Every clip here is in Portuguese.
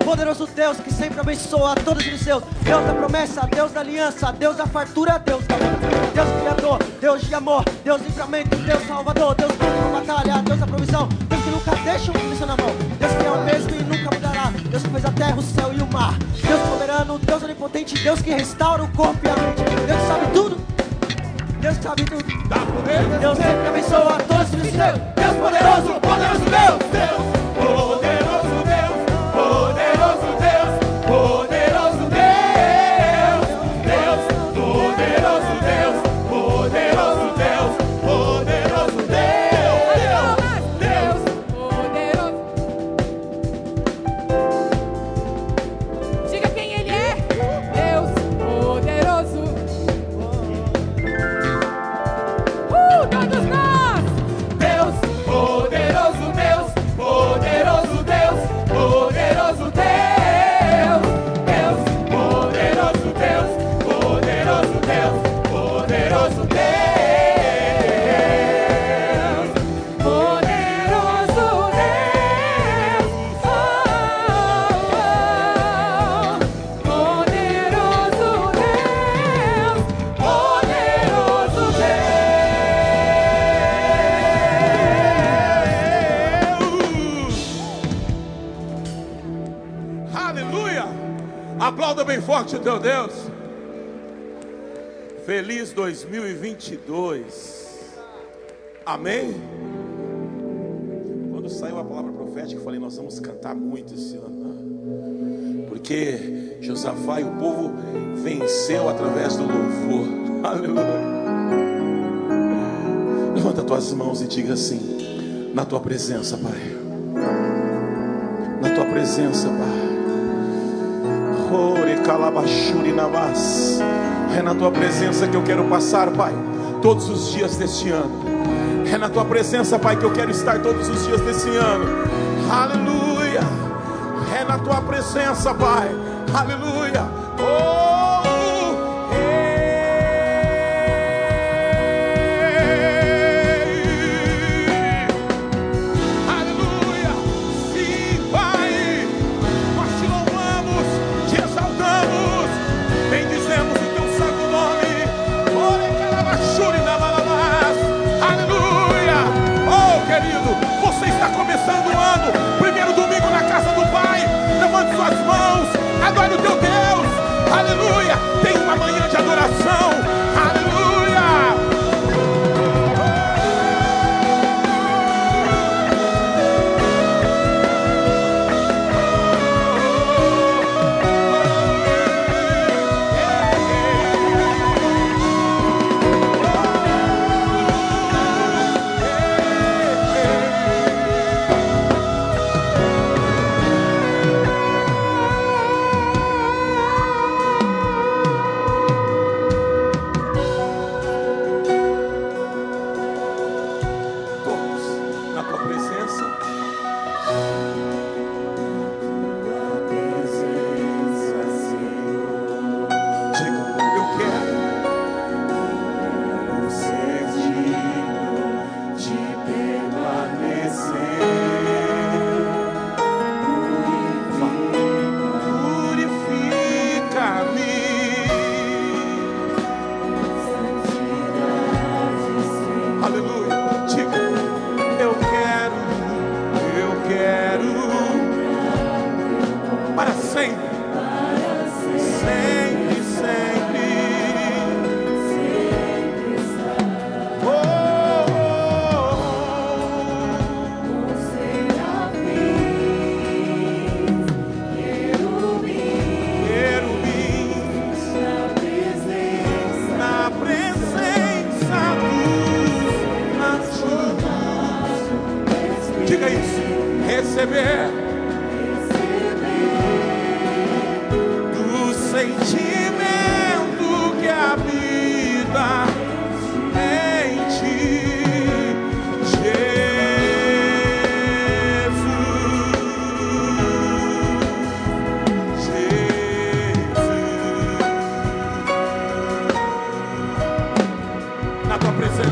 Poderoso Deus que sempre abençoa a todos os seus. Deus da promessa, Deus da aliança, Deus da fartura, Deus da luta, Deus criador, Deus de amor, Deus livramento, Deus salvador, Deus luta na batalha, Deus da provisão, Deus que nunca deixa um missão na mão, Deus que é o mesmo e nunca mudará, Deus que fez a terra, o céu e o mar, Deus soberano, Deus onipotente, Deus que restaura o corpo e a mente, Deus que sabe tudo, Deus que sabe tudo, Deus sempre abençoa a todos os seus. Deus poderoso, poderoso Deus, Deus poderoso Deus, poderoso Deus, poderoso Deus, Deus poderoso Deus, poderoso Deus, poderoso Deus, Deus poderoso. Diga quem Ele é. Deus poderoso. Todos nós. Deus poderoso Deus, poderoso Deus, poderoso Deus, Deus poderoso Deus, poderoso Deus, poderoso Deus, poderoso Deus, poderoso Deus, poderoso Deus. Aleluia! Aplauda bem forte o teu Deus. Feliz 2022. Amém? Quando saiu a palavra profética, eu falei, nós vamos cantar muito esse ano, porque Josafá e o povo venceu através do louvor. Aleluia! Levanta tuas mãos e diga assim: na tua presença, Pai, na tua presença, Pai, é na tua presença que eu quero passar, Pai, todos os dias deste ano. É na tua presença, Pai, que eu quero estar todos os dias desse ano. Aleluia! É na tua presença, Pai. Aleluia! Oh! Começando o ano, primeiro domingo na casa do Pai. Levante suas mãos, adore o teu Deus. Aleluia. Tem uma manhã de adoração. Aleluia.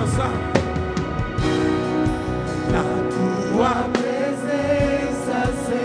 Na tua presença, Senhor.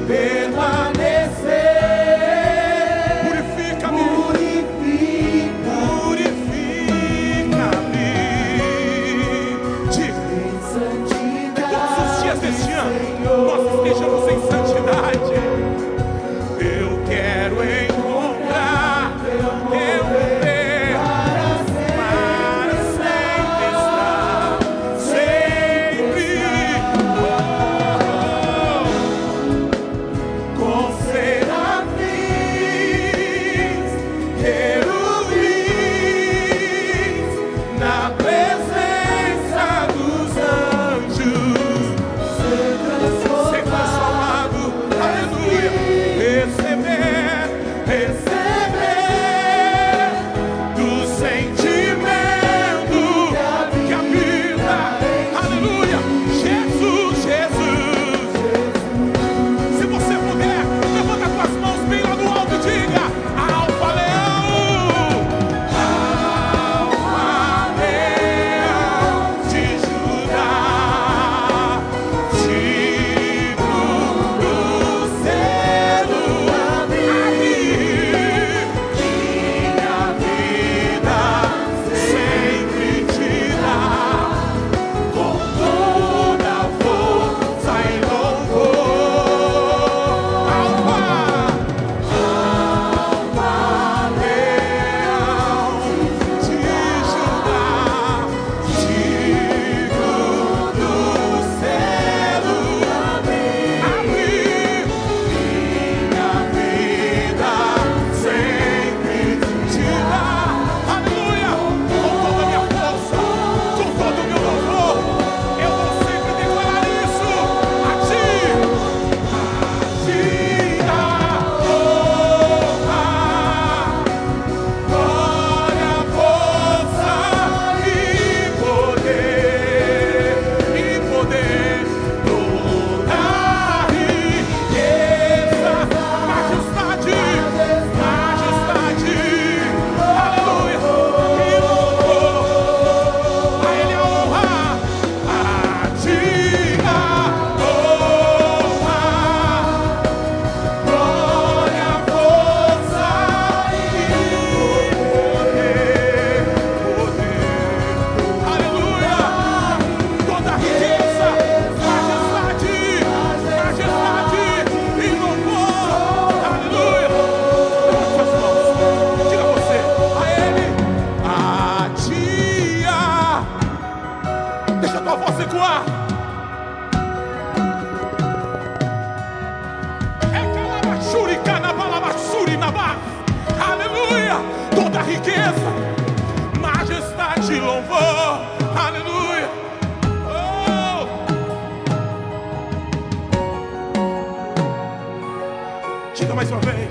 Mais uma vez,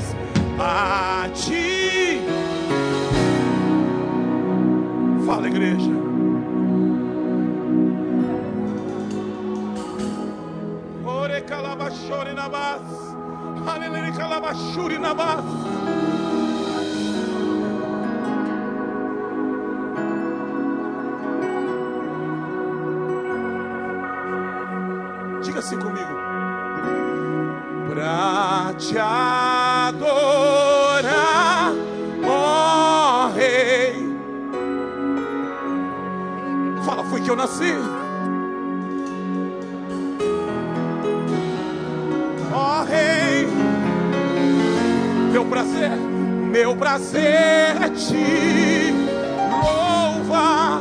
a ti. Fala, igreja. Ore calabachore nabas, aleluia calabachuri nabas. Diga assim comigo. Pra te adorar, ó Rei. Fala, foi que eu nasci. Ó Rei, meu prazer é te louvar.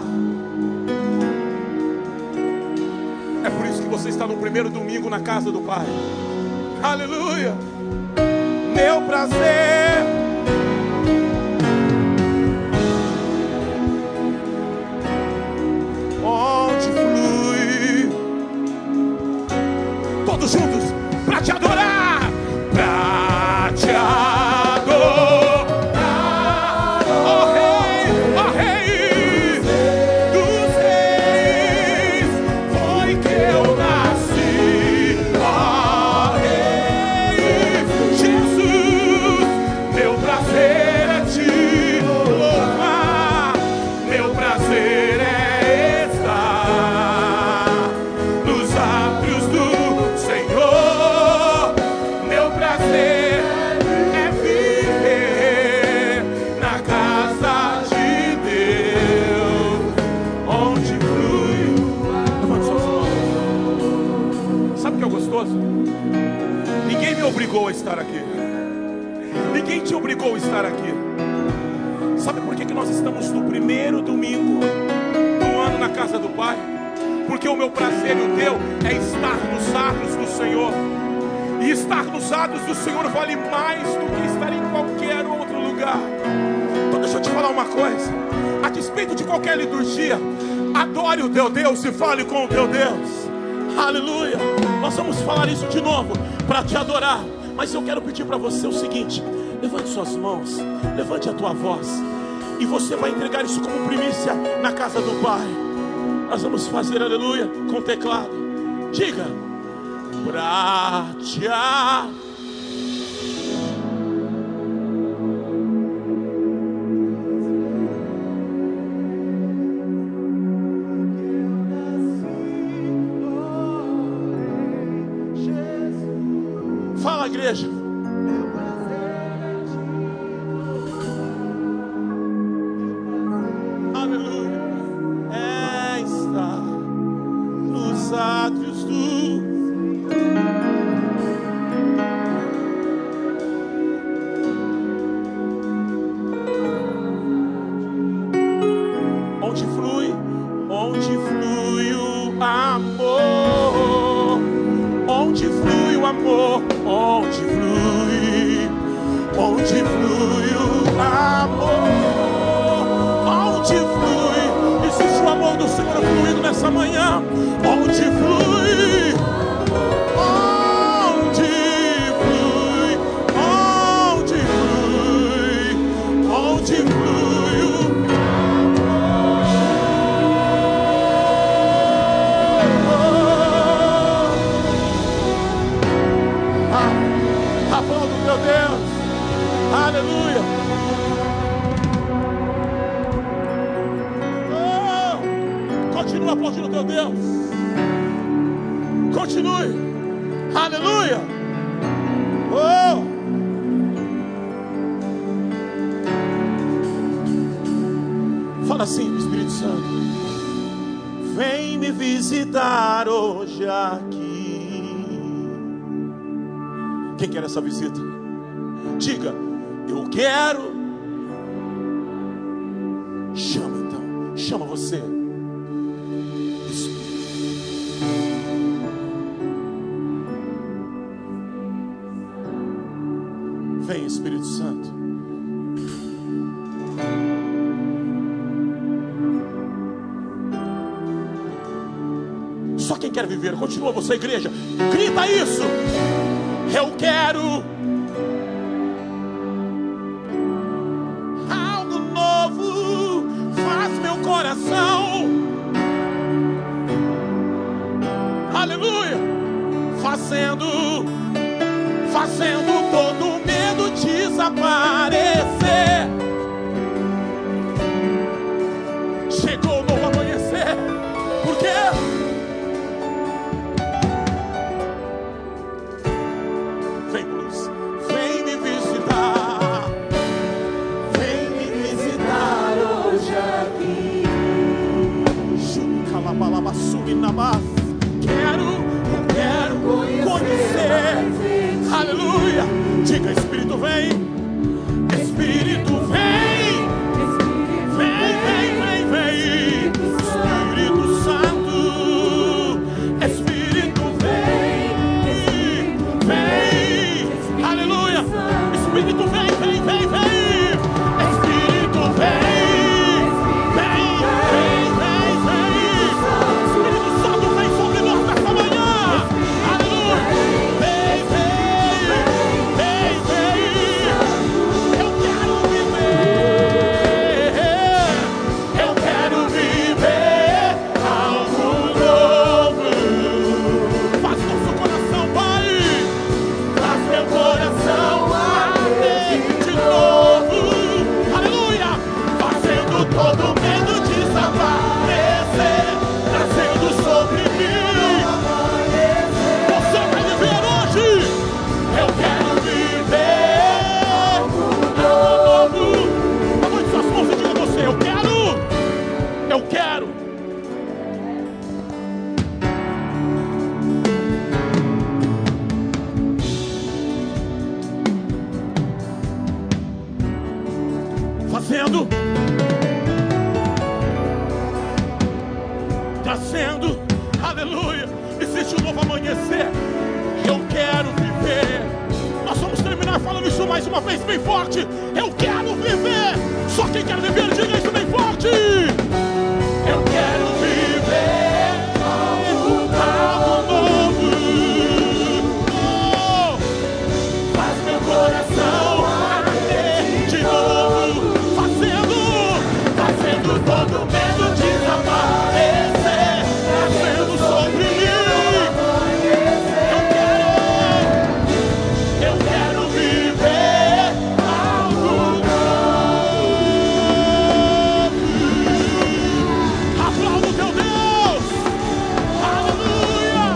É por isso que você está no primeiro domingo na casa do Pai. Aleluia. Meu prazer onde flui. Todos juntos para te adorar, para te adorar, ó Rei, ó Rei dos reis, foi que eu nasci, ó Rei Jesus. Meu prazer é te louvar, meu prazer é estar nos átrios do Senhor. obrigou a estar aqui. Ninguém te obrigou a estar aqui. Sabe por que nós estamos no primeiro domingo do ano na casa do Pai? Porque o meu prazer e o teu é estar nos atos do Senhor. E estar nos atos do Senhor vale mais do que estar em qualquer outro lugar. Então deixa eu te falar uma coisa. A despeito de qualquer liturgia, adore o teu Deus e fale com o teu Deus. Aleluia. Nós vamos falar isso de novo para te adorar. Mas eu quero pedir para você o seguinte: levante suas mãos, levante a tua voz, e você vai entregar isso como primícia na casa do Pai. Nós vamos fazer aleluia com teclado. Diga: pra te adorar. Fala, igreja. Aleluia. É estar nos átrios do... Onde flui o amor. Onde flui o amor. Onde flui o amor. Onde flui. Existe o amor do Senhor fluindo nessa manhã. Onde flui. Onde flui. Onde flui. Onde flui o aplauda o teu Deus. Aleluia. Oh, continua aplaudindo o teu Deus. Continue. Aleluia. Oh, fala assim: Espírito Santo, vem me visitar hoje aqui. Quem quer essa visita? Diga: eu quero. Chama então, chama você. Isso. Vem, Espírito Santo. Só quem quer viver. Continua você, igreja. Grita isso. Eu quero algo novo, faz meu coração, aleluia, fazendo todo o medo desaparecer. Chegou o novo amanhecer. Por quê? Eu quero conhecer. Aleluia. Diga: Espírito vem. Espírito vem. Vem, vem, vem, vem. Espírito Santo. Espírito vem. Vem. Aleluia. Espírito vem, vem, vem, vem. Espírito vem. trazendo, aleluia, existe um novo amanhecer. Eu quero viver. Nós vamos terminar falando isso mais uma vez bem forte. Eu quero viver. Só quem quer viver, diga isso bem forte. Eu quero viver algo novo. Oh, faz meu coração arder de novo, fazendo todo medo desaparecer, trazendo sobre mim. Eu quero viver algo novo. Aplauda o teu Deus. Aleluia.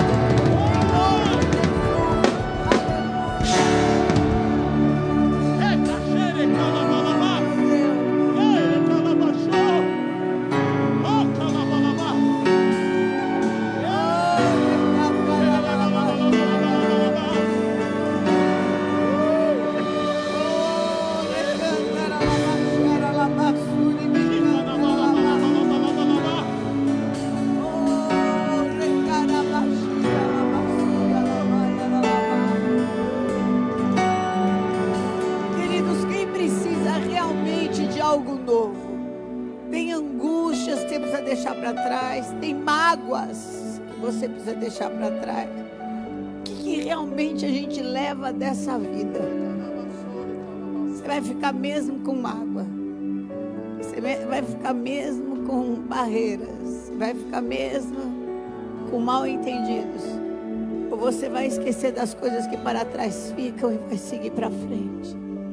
Queridos, quem precisa realmente de algo novo? Tem angústias que você precisa deixar para trás, tem mágoas que você precisa deixar para trás. O que realmente a gente leva dessa vida? Você vai ficar mesmo com mágoa, você vai ficar mesmo com barreiras, vai ficar mesmo com mal entendidos, ou você vai esquecer das coisas que para trás ficam e vai seguir para frente?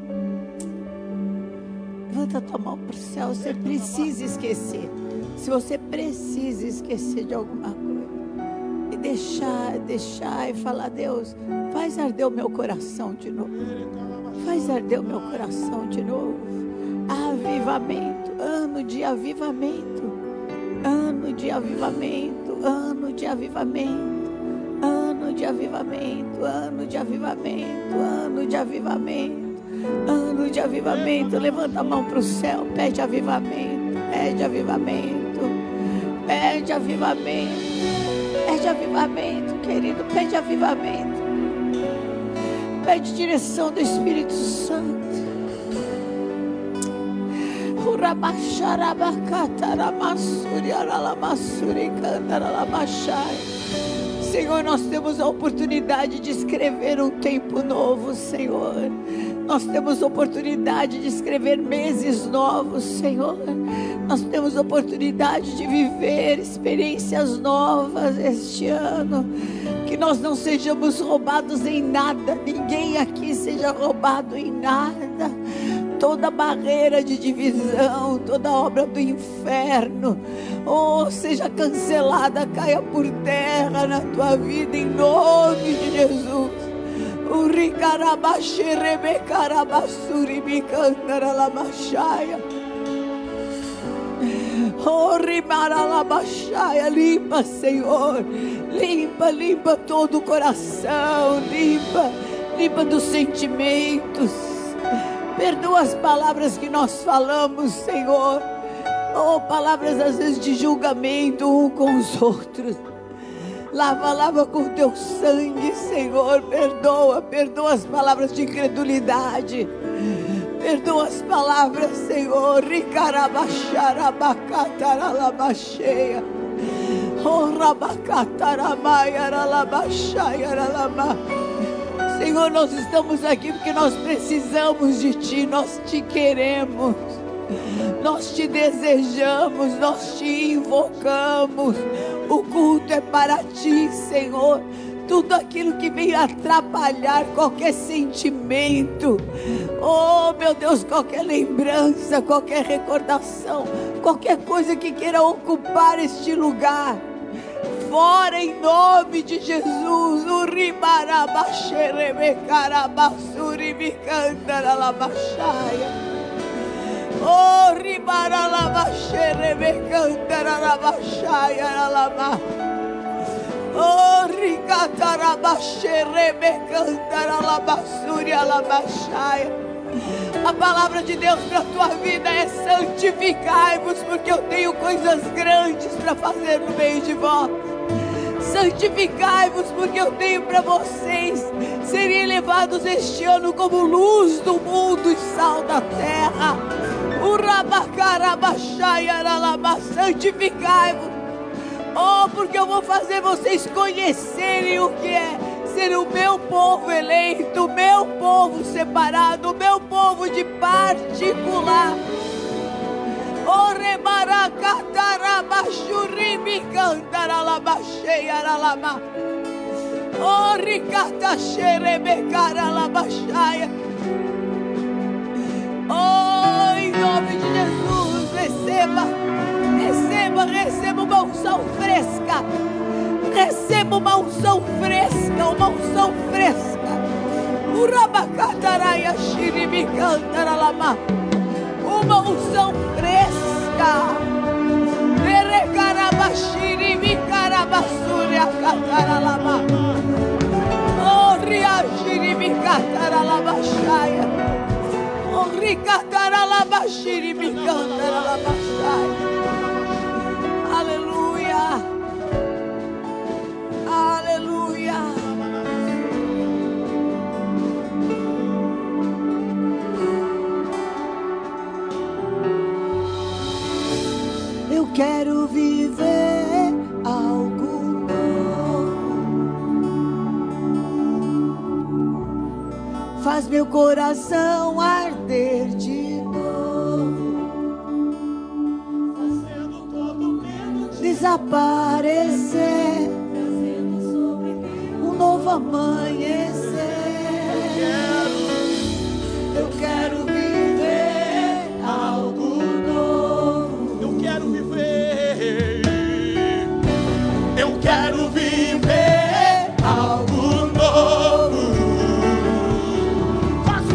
Levanta a tua mão para o céu. Você precisa esquecer. Se você precisa esquecer de alguma coisa e deixar e falar: Deus, faz arder o meu coração de novo, faz arder o meu coração de novo. Avivamento, ano de avivamento, ano de avivamento, ano de avivamento, ano de avivamento, ano de avivamento, ano de avivamento, ano de avivamento. Levanta a mão para o céu, pede avivamento, pede avivamento, pede avivamento, pede avivamento, querido, pede avivamento, pede direção do Espírito Santo. Senhor, nós temos a oportunidade de escrever um tempo novo, Senhor. Nós temos oportunidade de escrever meses novos, Senhor. Nós temos oportunidade de viver experiências novas este ano. Que nós não sejamos roubados em nada, ninguém aqui seja roubado em nada. Toda barreira de divisão, toda obra do inferno, seja cancelada, caia por terra na tua vida, em nome de Jesus. O Ricarabasherebecarabasuri Micandaralamachaia. Oh, Rimaralamachaia, limpa, Senhor, limpa todo o coração, limpa dos sentimentos. Perdoa as palavras que nós falamos, Senhor. Palavras às vezes de julgamento um com os outros. Lava com teu sangue, Senhor. Perdoa as palavras de incredulidade. Perdoa as palavras, Senhor. Ricarabacharabacatarabacheia. Senhor, nós estamos aqui porque nós precisamos de Ti, nós Te queremos, nós Te desejamos, nós Te invocamos. O culto é para Ti, Senhor. Tudo aquilo que vem atrapalhar qualquer sentimento, meu Deus, qualquer lembrança, qualquer recordação, qualquer coisa que queira ocupar este lugar, fora em nome de Jesus. O Ribarabaxerebecarabasuri Micandaralabachaia. Oh, Ribaralabaxerebecandaralabachaia Alama. Oh, Ricatarabaxerebecandaralabasuri Alabachaia. A palavra de Deus para a tua vida é: santificai-vos, porque eu tenho coisas grandes para fazer no meio de vós. Santificai-vos, porque eu tenho para vocês serem levados este ano como luz do mundo e sal da terra. Santificai-vos. Oh, porque eu vou fazer vocês conhecerem o que é ser o meu povo eleito, o meu povo separado, o meu povo de particular. Oh, rebaracatarabaxurimi cantaralabaxeiaralama. Oh, ricataxerebecaralabaxaia. Oh, em nome de Jesus, receba uma unção fresca. Receba uma unção fresca, uma unção fresca. Urabacataraia xirimi cantaralama. Uma unção fresca. Verecarabaxirimi carabassuria cataralama. Oh, riaxirimi cataralabaxaia. Oh, ricataralabaxirimi cantaralabaxaia. Aleluia. Aleluia. Eu quero viver algo novo. Faz meu coração arder de novo. Fazendo todo medo desaparecer. Trazendo sobre mim um novo amanhecer. Eu quero viver algo novo. Eu quero viver. Eu quero viver algo novo. Faz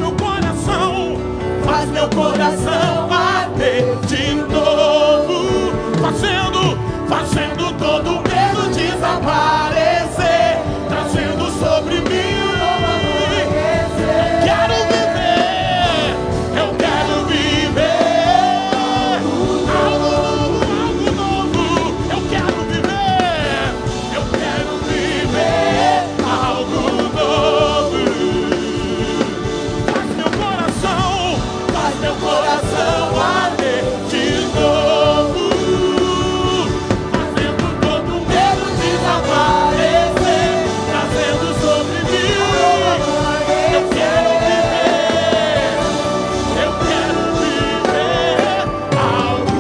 meu coração arder de novo. Fazendo todo medo desaparecer. Trazendo sobre mim. Quero viver. Eu quero viver algo novo. Eu quero viver. Eu quero viver algo novo. Faz meu coração arder de novo. Fazendo todo medo desaparecer. Trazendo sobre mim. Eu quero viver. Eu quero viver algo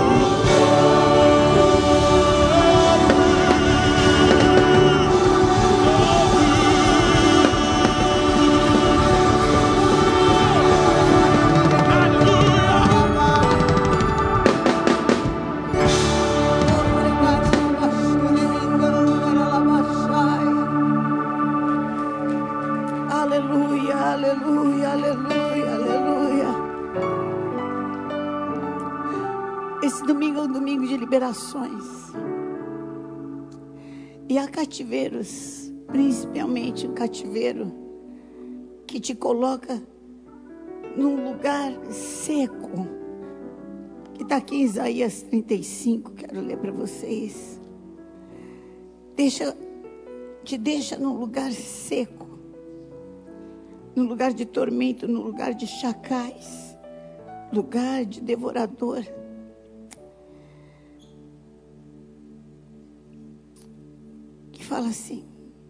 Aleluia, aleluia, aleluia, aleluia. Esse domingo é um domingo de liberações. E há cativeiros, principalmente um cativeiro que te coloca num lugar seco, que está aqui em Isaías 35, quero ler para vocês. Te deixa num lugar seco, num lugar de tormento, num lugar de chacais, lugar de devorador. Que fala assim: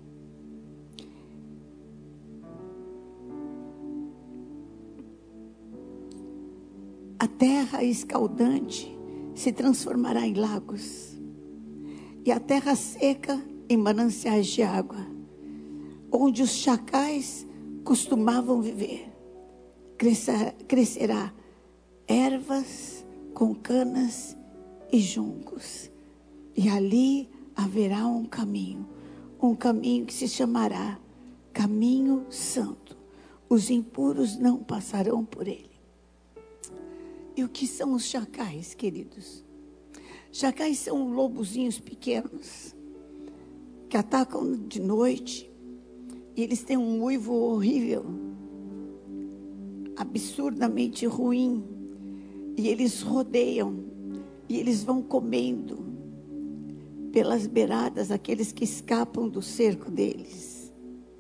a terra escaldante se transformará em lagos, e a terra seca em mananciais de água, onde os chacais costumavam viver. Crescerá ervas com canas e juncos, e ali haverá um caminho que se chamará Caminho Santo. Os impuros não passarão por ele. E o que são os chacais, queridos? Chacais são lobozinhos pequenos que atacam de noite, e eles têm um uivo horrível. absurdamente ruim. E eles rodeiam. E eles vão comendo pelas beiradas aqueles que escapam do cerco deles.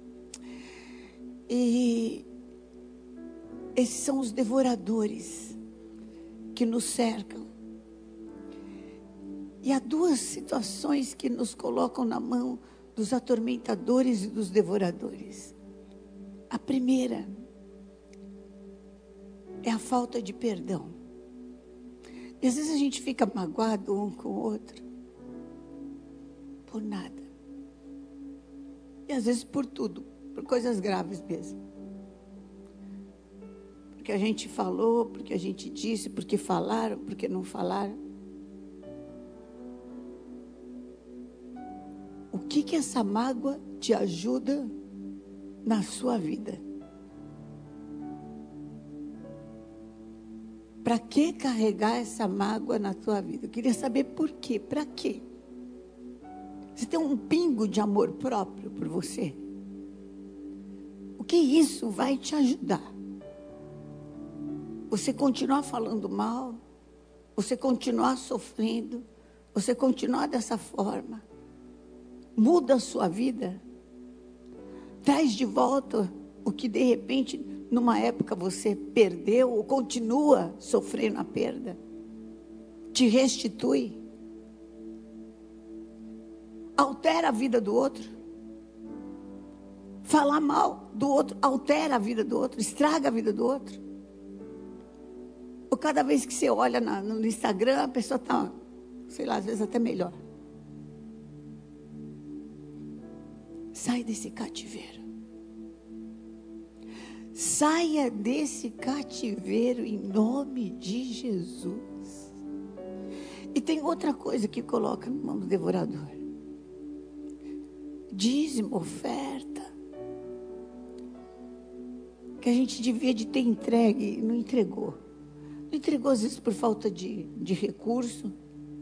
E esses são os devoradores que nos cercam. E há duas situações que nos colocam na mão dos atormentadores e dos devoradores. A primeira é a falta de perdão. E às vezes a gente fica magoado um com o outro por nada. E às vezes por tudo, por coisas graves mesmo. Porque a gente falou, porque a gente disse, porque falaram, porque não falaram. O que essa mágoa te ajuda na sua vida? Para que carregar essa mágoa na tua vida? Eu queria saber por quê, para quê? Você tem um pingo de amor próprio por você? O que isso vai te ajudar? Você continuar falando mal? Você continuar sofrendo? Você continuar dessa forma? Muda a sua vida? Traz de volta o que de repente, numa época você perdeu ou continua sofrendo a perda? Te restitui? Altera a vida do outro? Falar mal do outro altera a vida do outro, estraga a vida do outro? Ou cada vez que você olha no Instagram, a pessoa está, sei lá, às vezes até melhor. Sai desse cativeiro. Saia desse cativeiro em nome de Jesus. E tem outra coisa que coloca na mão do devorador. Dízimo, oferta. Que a gente devia de ter entregue e não entregou. Não entregou às vezes por falta de recurso.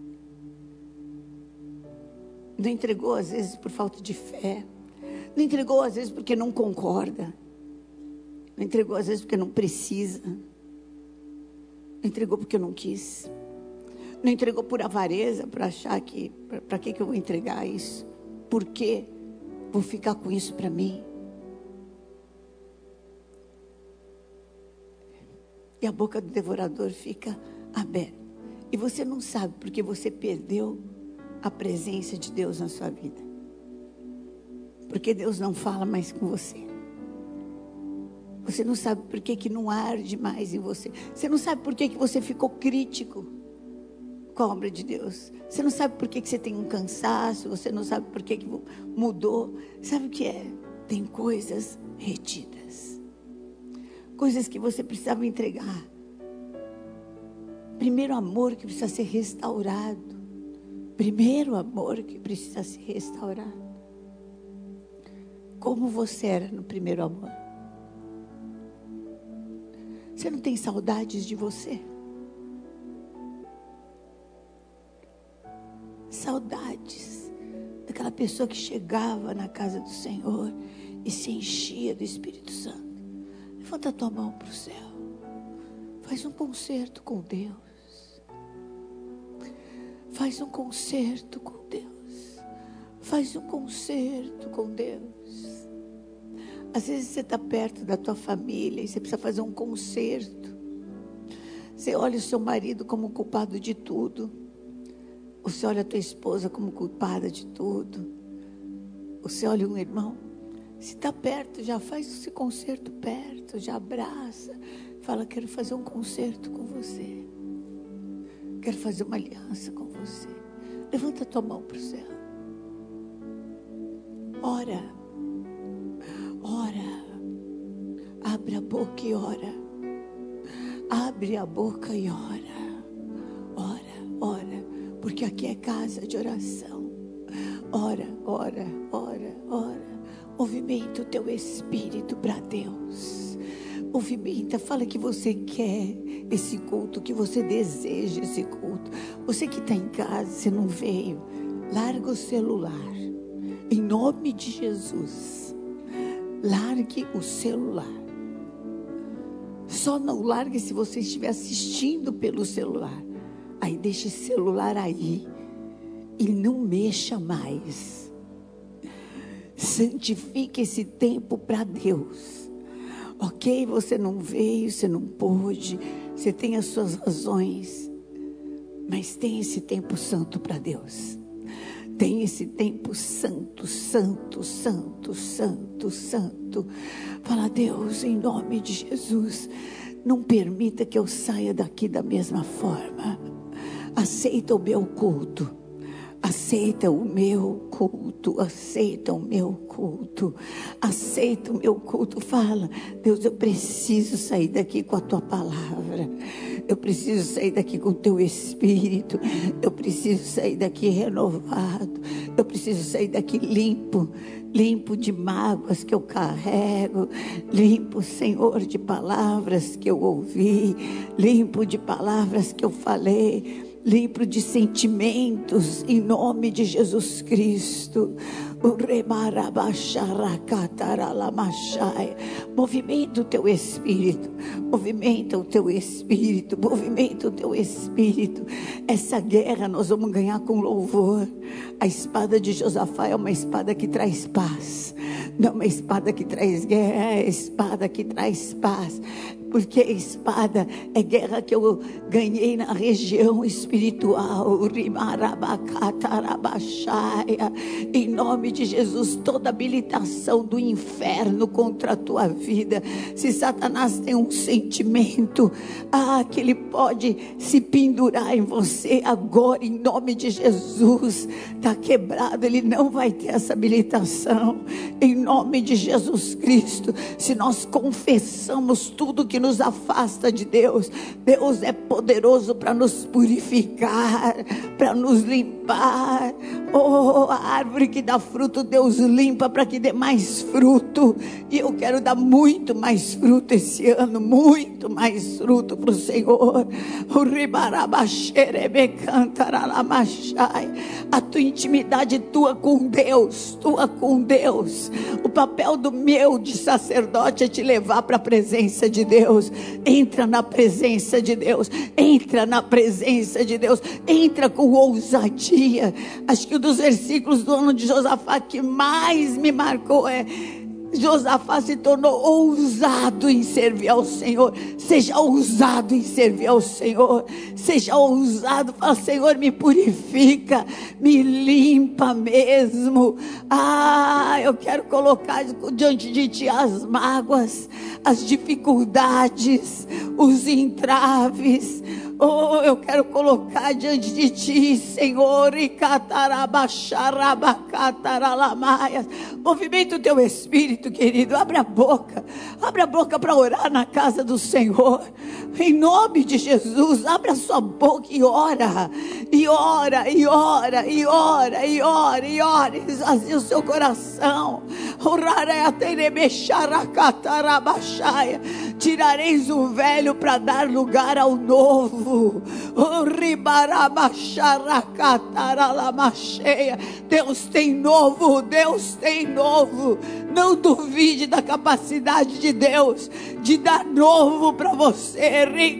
Não entregou às vezes por falta de fé. Não entregou às vezes porque não concorda. Não entregou às vezes porque não precisa. Não entregou porque não quis. Não entregou por avareza, para achar que, para que eu vou entregar isso? Por quê? Vou ficar com isso para mim? E a boca do devorador fica aberta. E você não sabe porque você perdeu a presença de Deus na sua vida. Porque Deus não fala mais com você. Você não sabe por que não arde mais em você. Você não sabe por que você ficou crítico com a obra de Deus. Você não sabe por que você tem um cansaço. Você não sabe por que mudou. Sabe o que é? Tem coisas retidas. Coisas que você precisava entregar. Primeiro amor que precisa ser restaurado. Primeiro amor que precisa ser restaurado. Como você era no primeiro amor? Você não tem saudades de você? Saudades daquela pessoa que chegava na casa do Senhor e se enchia do Espírito Santo. Levanta a tua mão para o céu. Faz um concerto com Deus. Faz um concerto com Deus. Faz um concerto com Deus. Às vezes você está perto da tua família e você precisa fazer um concerto. Você olha o seu marido como culpado de tudo. Você olha a tua esposa como culpada de tudo. Você olha um irmão. Se está perto, já faz esse concerto perto. Já abraça. Fala, quero fazer um concerto com você. Quero fazer uma aliança com você. Levanta a tua mão para o céu. Ora. Ora. Abre a boca e ora. Abre a boca e ora. Ora, ora. Porque aqui é casa de oração. Ora, ora, ora, ora. Movimenta o teu espírito para Deus. Movimenta, fala que você quer esse culto, que você deseja esse culto. Você que está em casa, você não veio. Larga o celular. Em nome de Jesus. Largue o celular. Só não largue se você estiver assistindo pelo celular. Aí deixe esse celular aí e não mexa mais. Santifique esse tempo para Deus. Ok, você não veio, você não pôde, você tem as suas razões, mas tem esse tempo santo para Deus. Tem esse tempo santo, santo, santo, santo, santo. Fala: Deus, em nome de Jesus, não permita que eu saia daqui da mesma forma. Aceita o meu culto. Aceita o meu culto, aceita o meu culto, aceita o meu culto. Fala: Deus, eu preciso sair daqui com a tua palavra, eu preciso sair daqui com o teu Espírito, eu preciso sair daqui renovado, eu preciso sair daqui limpo, limpo de mágoas que eu carrego, limpo, Senhor, de palavras que eu ouvi, limpo de palavras que eu falei, limpo de sentimentos, em nome de Jesus Cristo. Movimenta o teu espírito, movimenta o teu espírito, movimenta o teu espírito. Essa guerra nós vamos ganhar com louvor. A espada de Josafá é uma espada que traz paz, não é uma espada que traz guerra, é a espada que traz paz. Porque a espada é guerra que eu ganhei na região espiritual. Em nome de Jesus, toda habilitação do inferno contra a tua vida. Se Satanás tem um sentimento, que ele pode se pendurar em você agora, em nome de Jesus, está quebrado. Ele não vai ter essa habilitação. Em nome de Jesus Cristo, se nós confessamos tudo que nos afasta de Deus, Deus é poderoso para nos purificar, para nos limpar. A árvore que dá fruto, Deus limpa para que dê mais fruto. E eu quero dar muito mais fruto esse ano, muito mais fruto para o Senhor. A tua intimidade tua com Deus, o papel do meu de sacerdote é te levar para a presença de Deus. Entra na presença de Deus, entra na presença de Deus, entra com ousadia. Acho que um dos versículos do ano de Josafá que mais me marcou é: Josafá se tornou ousado em servir ao Senhor. Seja ousado em servir ao Senhor. Seja ousado. Fala: Senhor, me purifica, me limpa mesmo. Eu quero colocar diante de ti as mágoas, as dificuldades, os entraves. Eu quero colocar diante de ti, Senhor. Movimenta o teu espírito, querido. Abre a boca para orar na casa do Senhor. Em nome de Jesus, abre a sua boca e ora. E ora, e ora, e ora, e ora, e ora. Esvazia o seu coração. Tirareis o velho para dar lugar ao novo. Deus tem novo, Deus tem novo. Não duvide da capacidade de Deus de dar novo para você.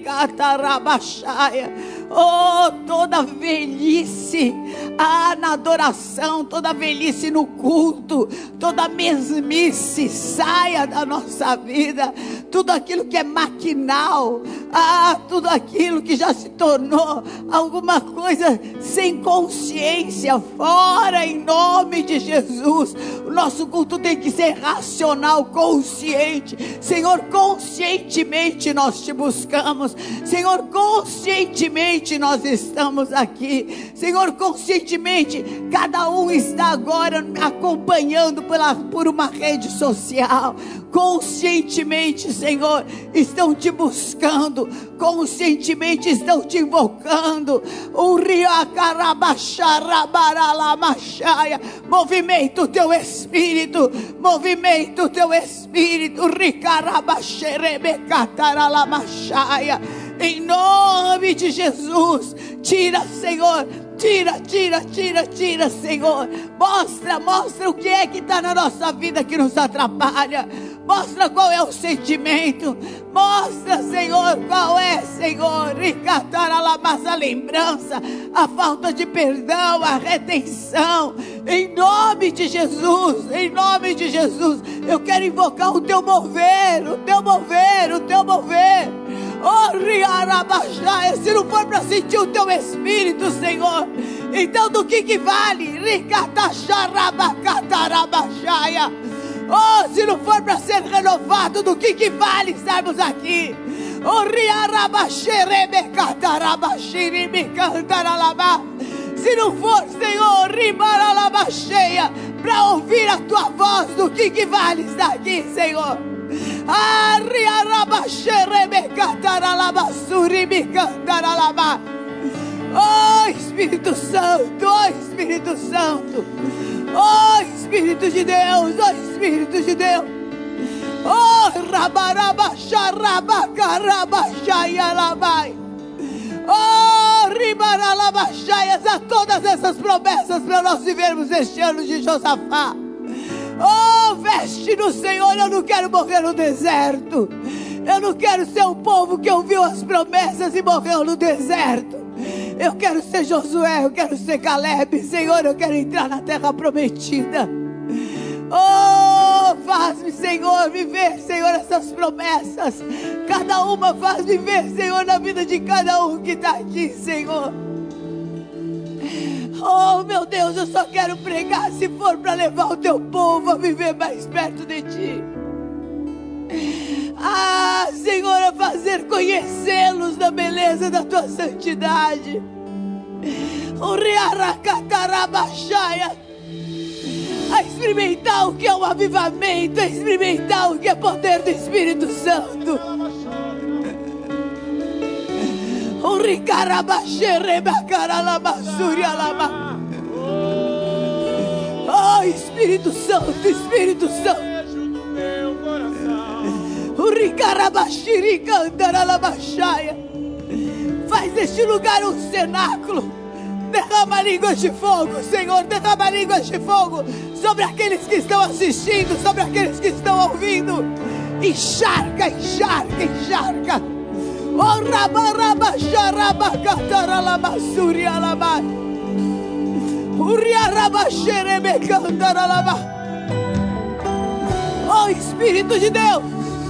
Toda velhice na adoração, toda velhice no culto, toda mesmice saia da nossa vida. Tudo aquilo que é maquinal, tudo aquilo que já se tornou alguma coisa sem consciência, fora, em nome de Jesus. O nosso culto tem que ser racional, consciente. Senhor, conscientemente nós te buscamos. Senhor, conscientemente nós estamos aqui. Senhor, conscientemente cada um está agora acompanhando por uma rede social. Conscientemente, Senhor, estão te buscando, conscientemente estão te invocando. Movimenta o teu espírito, movimenta o teu espírito. Em nome de Jesus, tira, Senhor, Tira, Senhor. Mostra o que é que está na nossa vida que nos atrapalha. Mostra qual é o sentimento. Mostra, Senhor, qual é, Senhor, a lembrança, a falta de perdão, a retenção. Em nome de Jesus, eu quero invocar o teu mover, o teu mover. Oh, Riarabaxaia, se não for para sentir o teu Espírito, Senhor, então do que vale? Ricataxarabacatarabachaya. Oh, se não for para ser renovado, do que vale estarmos aqui? Oh, Riarabaxerebecatarabashirimicantaralabá. Se não for, Senhor, Rimaralabaxeia, para ouvir a tua voz, do que vale estar aqui, Senhor? Oh, Espírito Santo, oh, Espírito Santo, oh, Espírito de Deus, oh, Espírito de Deus, oh, Rabarabaxarabacarabachaialabai, oh, Ribaralabaxaias, a todas essas promessas para nós vivermos este ano de Josafá. Oh, veste no Senhor. Eu não quero morrer no deserto. Eu não quero ser um povo que ouviu as promessas e morreu no deserto. Eu quero ser Josué, eu quero ser Caleb. Senhor, eu quero entrar na terra prometida. Oh, faz-me, Senhor, viver, Senhor, essas promessas. Cada uma faz viver, Senhor, na vida de cada um que está aqui, Senhor. Oh, meu Deus, eu só quero pregar se for para levar o teu povo a viver mais perto de ti. Ah, Senhor, a fazer conhecê-los na beleza da tua santidade. A experimentar o que é um avivamento, a experimentar o que é poder do Espírito Santo. Oh, Espírito Santo, Espírito Santo. Faz deste lugar um cenáculo. Derrama línguas de fogo, Senhor. Derrama línguas de fogo sobre aqueles que estão assistindo, sobre aqueles que estão ouvindo. Encharca. Oh, oh, Espírito de Deus,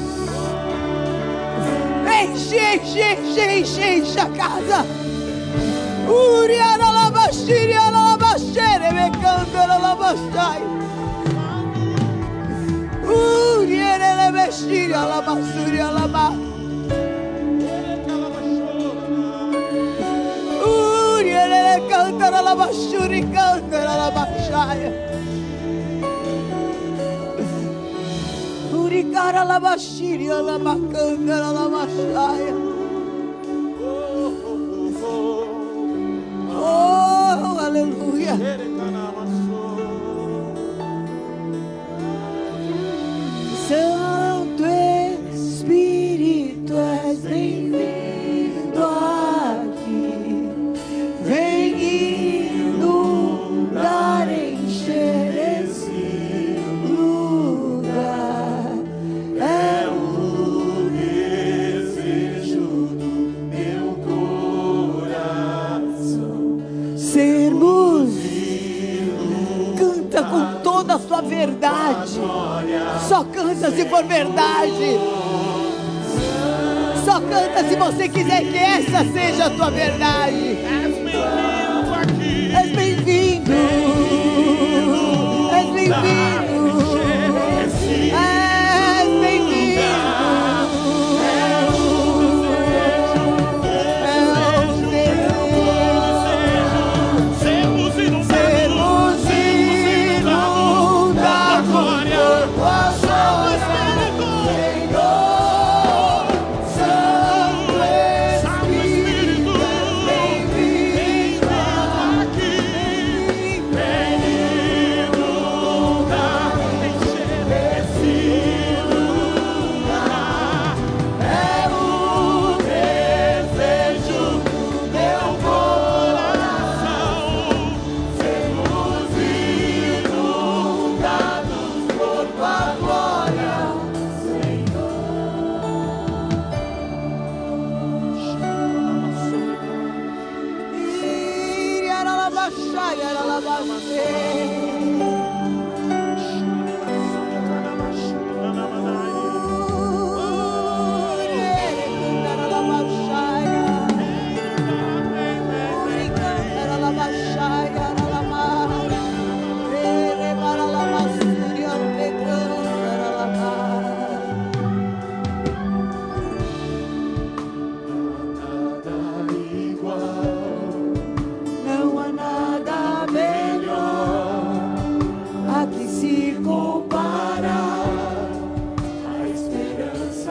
enche a casa. Cantara la bashuri, cantara la bashaya. Urikara la bashiri, la bacantara la bashaya. Oh, aleluia. Santo Espírito, és bem-vindo aqui. Vem inundar, encher esse lugar. É o desejo do meu coração. Sermos, canta com toda a sua verdade. Só canta se for verdade. Só canta se você quiser que essa seja a tua verdade. És bem-vindo. És bem-vindo. És bem-vindo. Sermos inundados com a glória. Santo Espírito, bem-vindo aqui.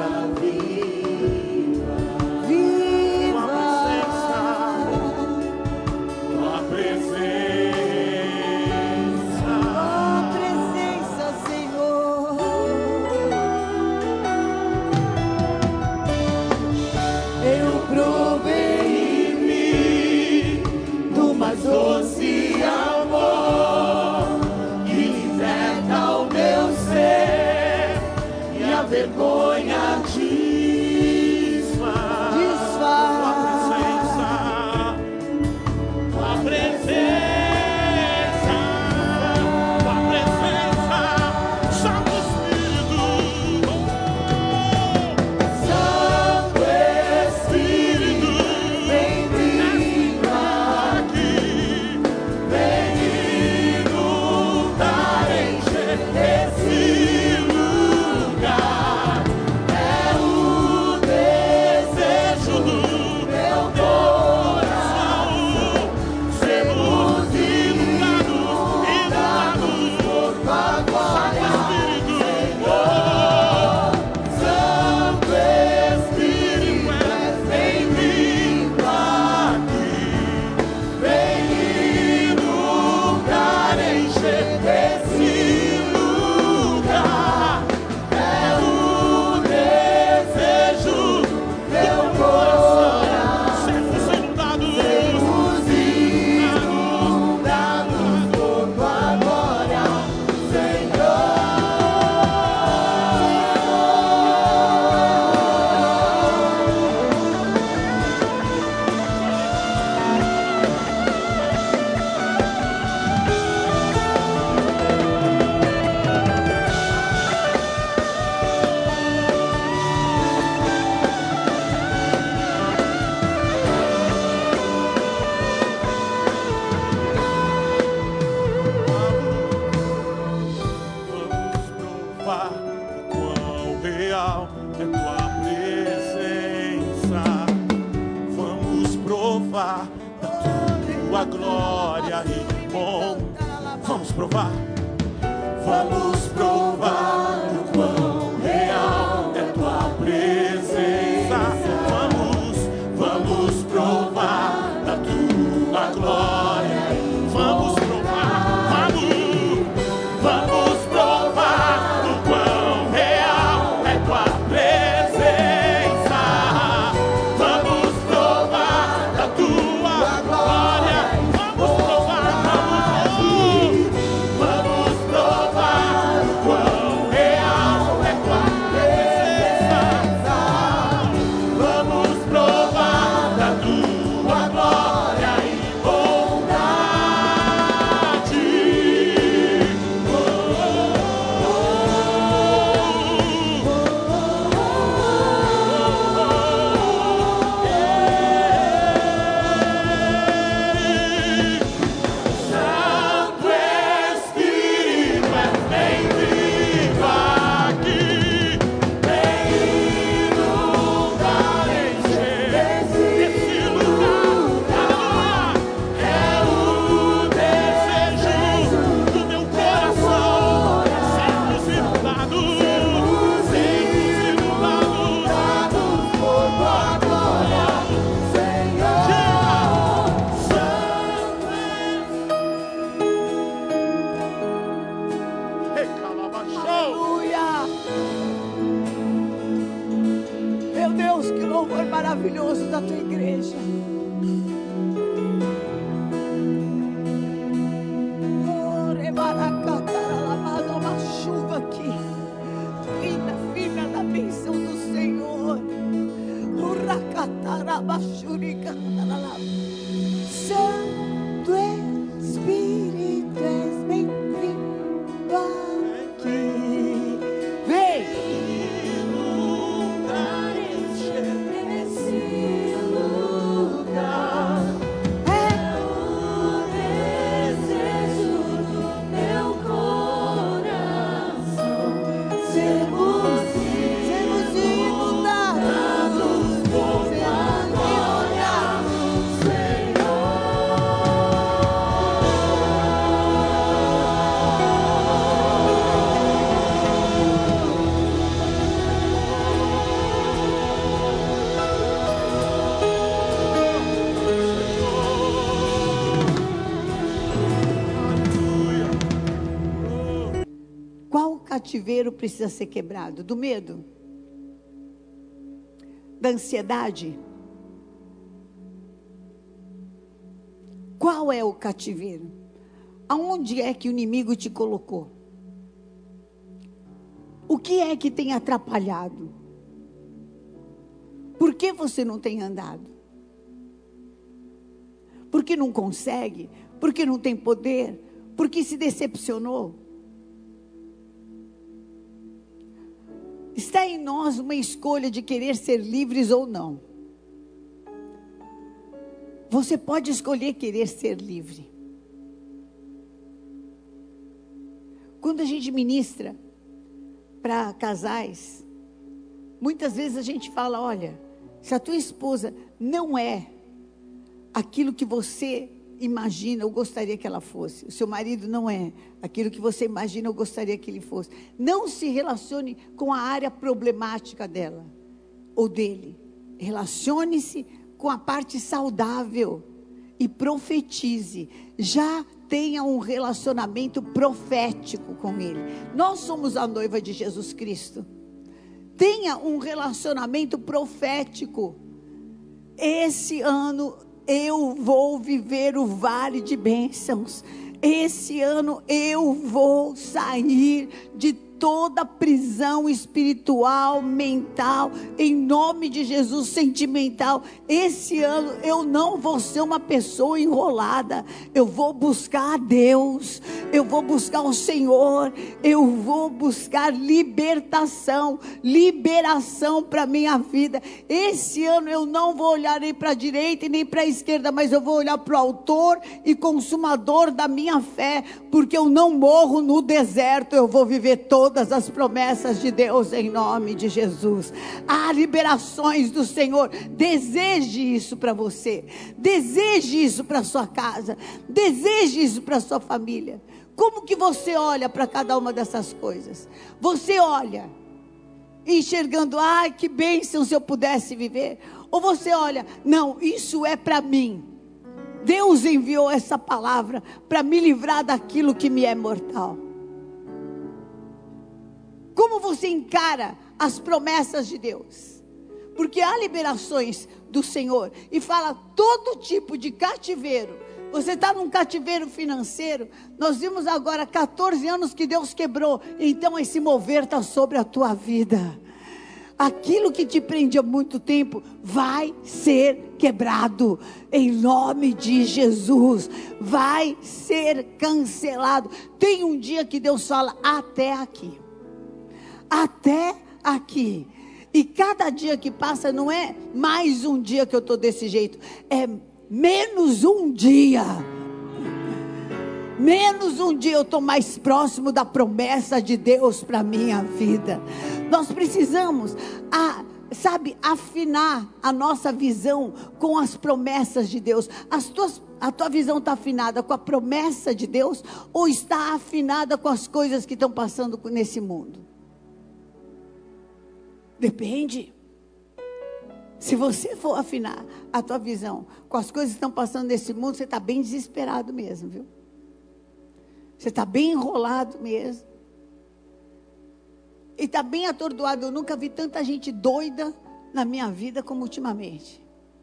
Vergonha desfaz. Tua presença, Santo Espírito, Santo Espírito, vem aqui, vem inundar, encher esse lugar. Maravilhoso da tua igreja. Uma chuva aqui, fina da bênção do Senhor. Santo Espírito, és bem-vindo aqui. Vem. cativeiro precisa ser quebrado? Do medo? Da ansiedade? Qual é o cativeiro? Aonde é que o inimigo te colocou? O que é que tem atrapalhado? Por que você não tem andado? Porque não consegue? Porque não tem poder? Porque se decepcionou? Está em nós uma escolha de querer ser livres ou não. Você pode escolher querer ser livre. Quando a gente ministra para casais, muitas vezes a gente fala, olha, se a tua esposa não é aquilo que você imagina ou gostaria que ela fosse, o seu marido não é aquilo que você imagina ou gostaria que ele fosse, não se relacione com a área problemática dela ou dele. Relacione-se com a parte saudável e profetize. Já tenha um relacionamento profético com ele. Nós somos a noiva de Jesus Cristo. Tenha um relacionamento profético. Esse ano eu vou viver o vale de bênçãos. Esse ano eu vou sair de toda prisão espiritual, mental, em nome de Jesus, sentimental. Esse ano eu não vou ser uma pessoa enrolada. Eu vou buscar a Deus, eu vou buscar o Senhor, eu vou buscar liberação para minha vida. Esse ano eu não vou olhar nem para a direita e nem para a esquerda, mas eu vou olhar para o autor e consumador da minha fé, porque eu não morro no deserto, eu vou viver todas as promessas de Deus em nome de Jesus. Há liberações do Senhor. Deseje isso para você, deseje isso para sua casa, deseje isso para sua família. Como que você olha para cada uma dessas coisas? Você olha enxergando, ai que bênção se eu pudesse viver, ou você olha, não, isso é para mim, Deus enviou essa palavra para me livrar daquilo que me é mortal. Como você encara as promessas de Deus? Porque há liberações do Senhor, e fala todo tipo de cativeiro. Você está num cativeiro financeiro. Nós vimos agora 14 anos que Deus quebrou. Então esse mover está sobre a tua vida. Aquilo que te prende há muito tempo vai ser quebrado em nome de Jesus. Vai ser cancelado. Tem um dia que Deus fala até aqui. Até aqui. E cada dia que passa não é mais um dia que eu estou desse jeito, é menos um dia. Menos um dia eu estou mais próximo da promessa de Deus para a minha vida. Nós precisamos, afinar a nossa visão com as promessas de Deus. A tua visão está afinada com a promessa de Deus, ou está afinada com as coisas que estão passando nesse mundo? Depende. Se você for afinar a tua visão com as coisas que estão passando nesse mundo, você está bem desesperado mesmo, viu? Você está bem enrolado mesmo. E está bem atordoado. Eu nunca vi tanta gente doida na minha vida como ultimamente.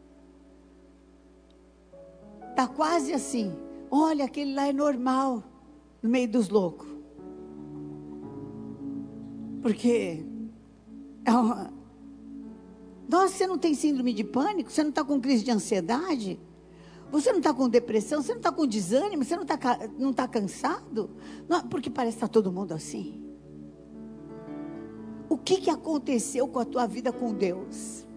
Está quase assim. Olha, aquele lá é normal no meio dos loucos. Porque nossa, você não tem síndrome de pânico? Você não está com crise de ansiedade? Você não está com depressão? Você não está com desânimo? Você não está cansado? Não, porque parece que está todo mundo assim. O que aconteceu com a tua vida com Deus?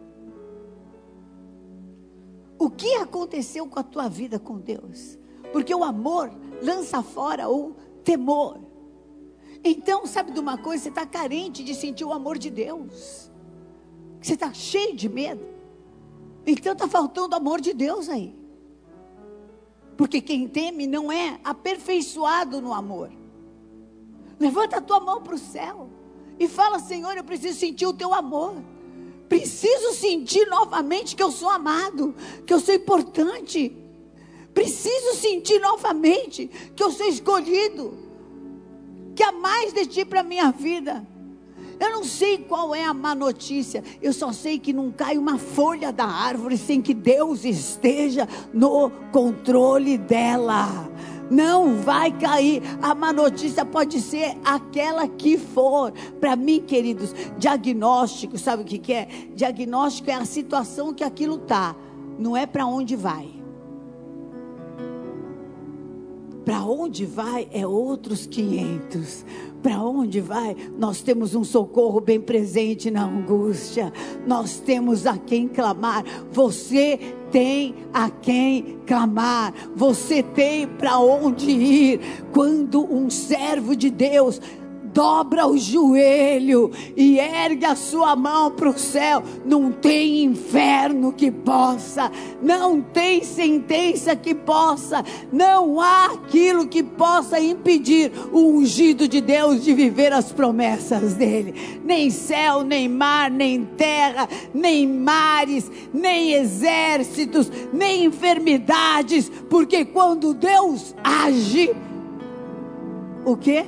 O que aconteceu com a tua vida com Deus? Porque o amor lança fora o temor. Então, sabe de uma coisa? Você está carente de sentir o amor de Deus. Você está cheio de medo. Então está faltando o amor de Deus aí. Porque quem teme não é aperfeiçoado no amor. Levanta a tua mão para o céu e fala: Senhor, eu preciso sentir o teu amor. Preciso sentir novamente que eu sou amado, que eu sou importante. Preciso sentir novamente que eu sou escolhido. que há mais de ti para a minha vida. Eu não sei qual é a má notícia, eu só sei que não cai uma folha da árvore sem que Deus esteja no controle dela. Não vai cair. A má notícia pode ser aquela que for. Para mim, queridos, diagnóstico, sabe o que é? Diagnóstico é a situação que aquilo está, não é para onde vai. Para onde vai é outros 500. Para onde vai? Nós temos um socorro bem presente na angústia. Nós temos a quem clamar. Você tem a quem clamar. Você tem para onde ir. Quando um servo de Deus dobra o joelho e ergue a sua mão para o céu, não tem inferno que possa, não tem sentença que possa, não há aquilo que possa impedir o ungido de Deus de viver as promessas dele. Nem céu, nem mar, nem terra, nem mares, nem exércitos, nem enfermidades, porque quando Deus age, o quê?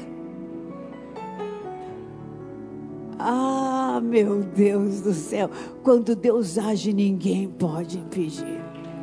Ah, meu Deus do céu, quando Deus age, ninguém pode impedir.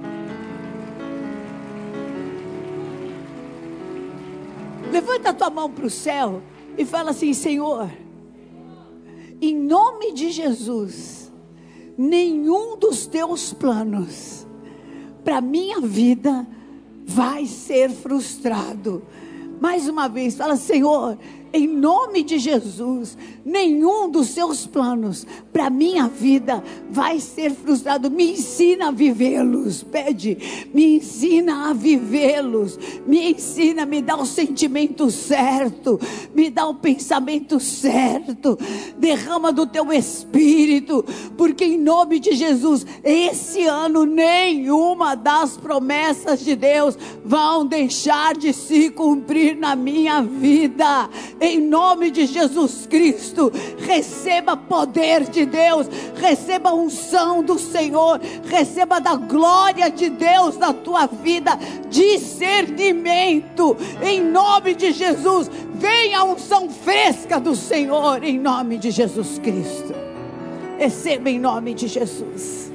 Levanta a tua mão para o céu e fala assim: Senhor, em nome de Jesus, nenhum dos teus planos para minha vida vai ser frustrado. Mais uma vez, fala: Senhor, em nome de Jesus, nenhum dos seus planos para minha vida vai ser frustrado. Me ensina a vivê-los. Pede, me ensina a vivê-los. Me ensina, me dá o sentimento certo, me dá o pensamento certo. Derrama do teu Espírito, porque em nome de Jesus, esse ano nenhuma das promessas de Deus vão deixar de se cumprir na minha vida. Em nome de Jesus Cristo, receba poder de Deus, receba a unção do Senhor, receba da glória de Deus na tua vida, discernimento, em nome de Jesus. Venha a unção fresca do Senhor, em nome de Jesus Cristo. Receba em nome de Jesus.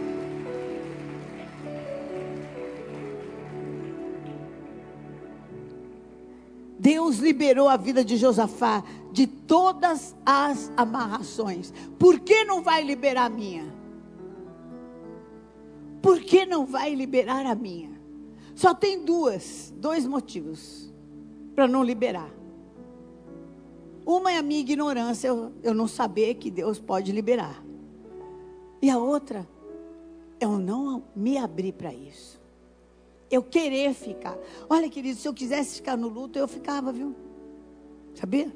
Deus liberou a vida de Josafá de todas as amarrações. Por que não vai liberar a minha? Por que não vai liberar a minha? Só tem dois motivos para não liberar. Uma é a minha ignorância, eu não saber que Deus pode liberar. E a outra, eu não me abrir para isso. Eu querer ficar. Olha, querido, se eu quisesse ficar no luto, eu ficava, viu? Sabia?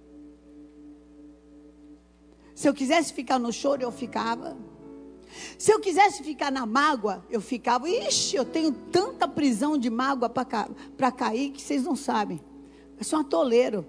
Se eu quisesse ficar no choro, eu ficava. Se eu quisesse ficar na mágoa, eu ficava. Ixi, eu tenho tanta prisão de mágoa para cair que vocês não sabem. Eu sou um atoleiro.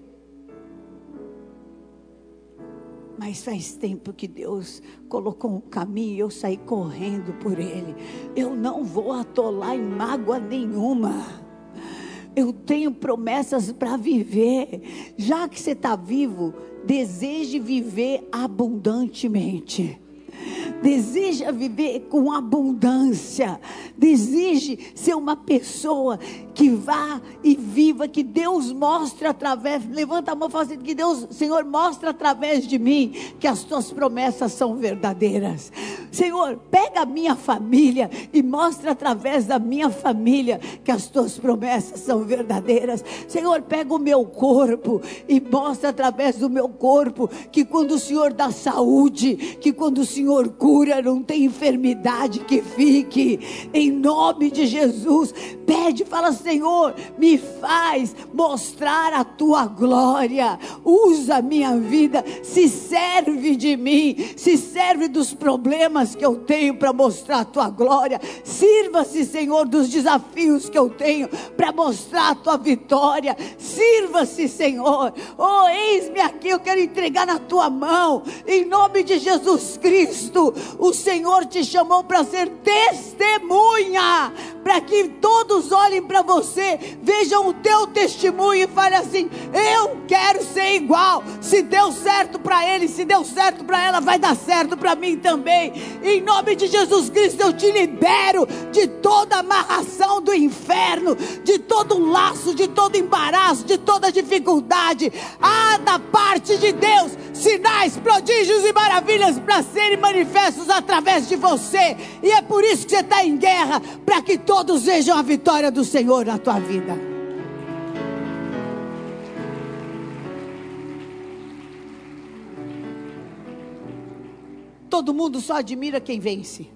Mas faz tempo que Deus colocou um caminho e eu saí correndo por ele. Eu não vou atolar em mágoa nenhuma. Eu tenho promessas para viver. Já que você está vivo, deseje viver abundantemente. Deseja viver com abundância. Deseje ser uma pessoa que vá e viva, que Deus mostre através, levanta a mão e fala assim, que Deus, Senhor, mostra através de mim que as tuas promessas são verdadeiras. Senhor, pega a minha família e mostra através da minha família que as tuas promessas são verdadeiras. Senhor, pega o meu corpo e mostra através do meu corpo que quando o Senhor dá saúde, que quando o Senhor cura, não tem enfermidade que fique. Em nome de Jesus, pede, fala, Senhor, me faz mostrar a tua glória. Usa a minha vida, se serve de mim, se serve dos problemas que eu tenho para mostrar a tua glória. Sirva-se, Senhor, dos desafios que eu tenho para mostrar a tua vitória. Sirva-se, Senhor. Oh, eis-me aqui, eu quero entregar na tua mão, em nome de Jesus Cristo. O Senhor te chamou para ser testemunha, para que todos olhem para você, vejam o teu testemunho e falem assim: eu quero ser igual. Se deu certo para ele, se deu certo para ela, vai dar certo para mim também. Em nome de Jesus Cristo, eu te libero de toda amarração do inferno, de todo laço, de todo embaraço, de toda dificuldade. Há da parte de Deus sinais, prodígios e maravilhas para serem manifestos através de você. E é por isso que você está em guerra, para que todos vejam a vitória do Senhor na tua vida. Todo mundo só admira quem vence.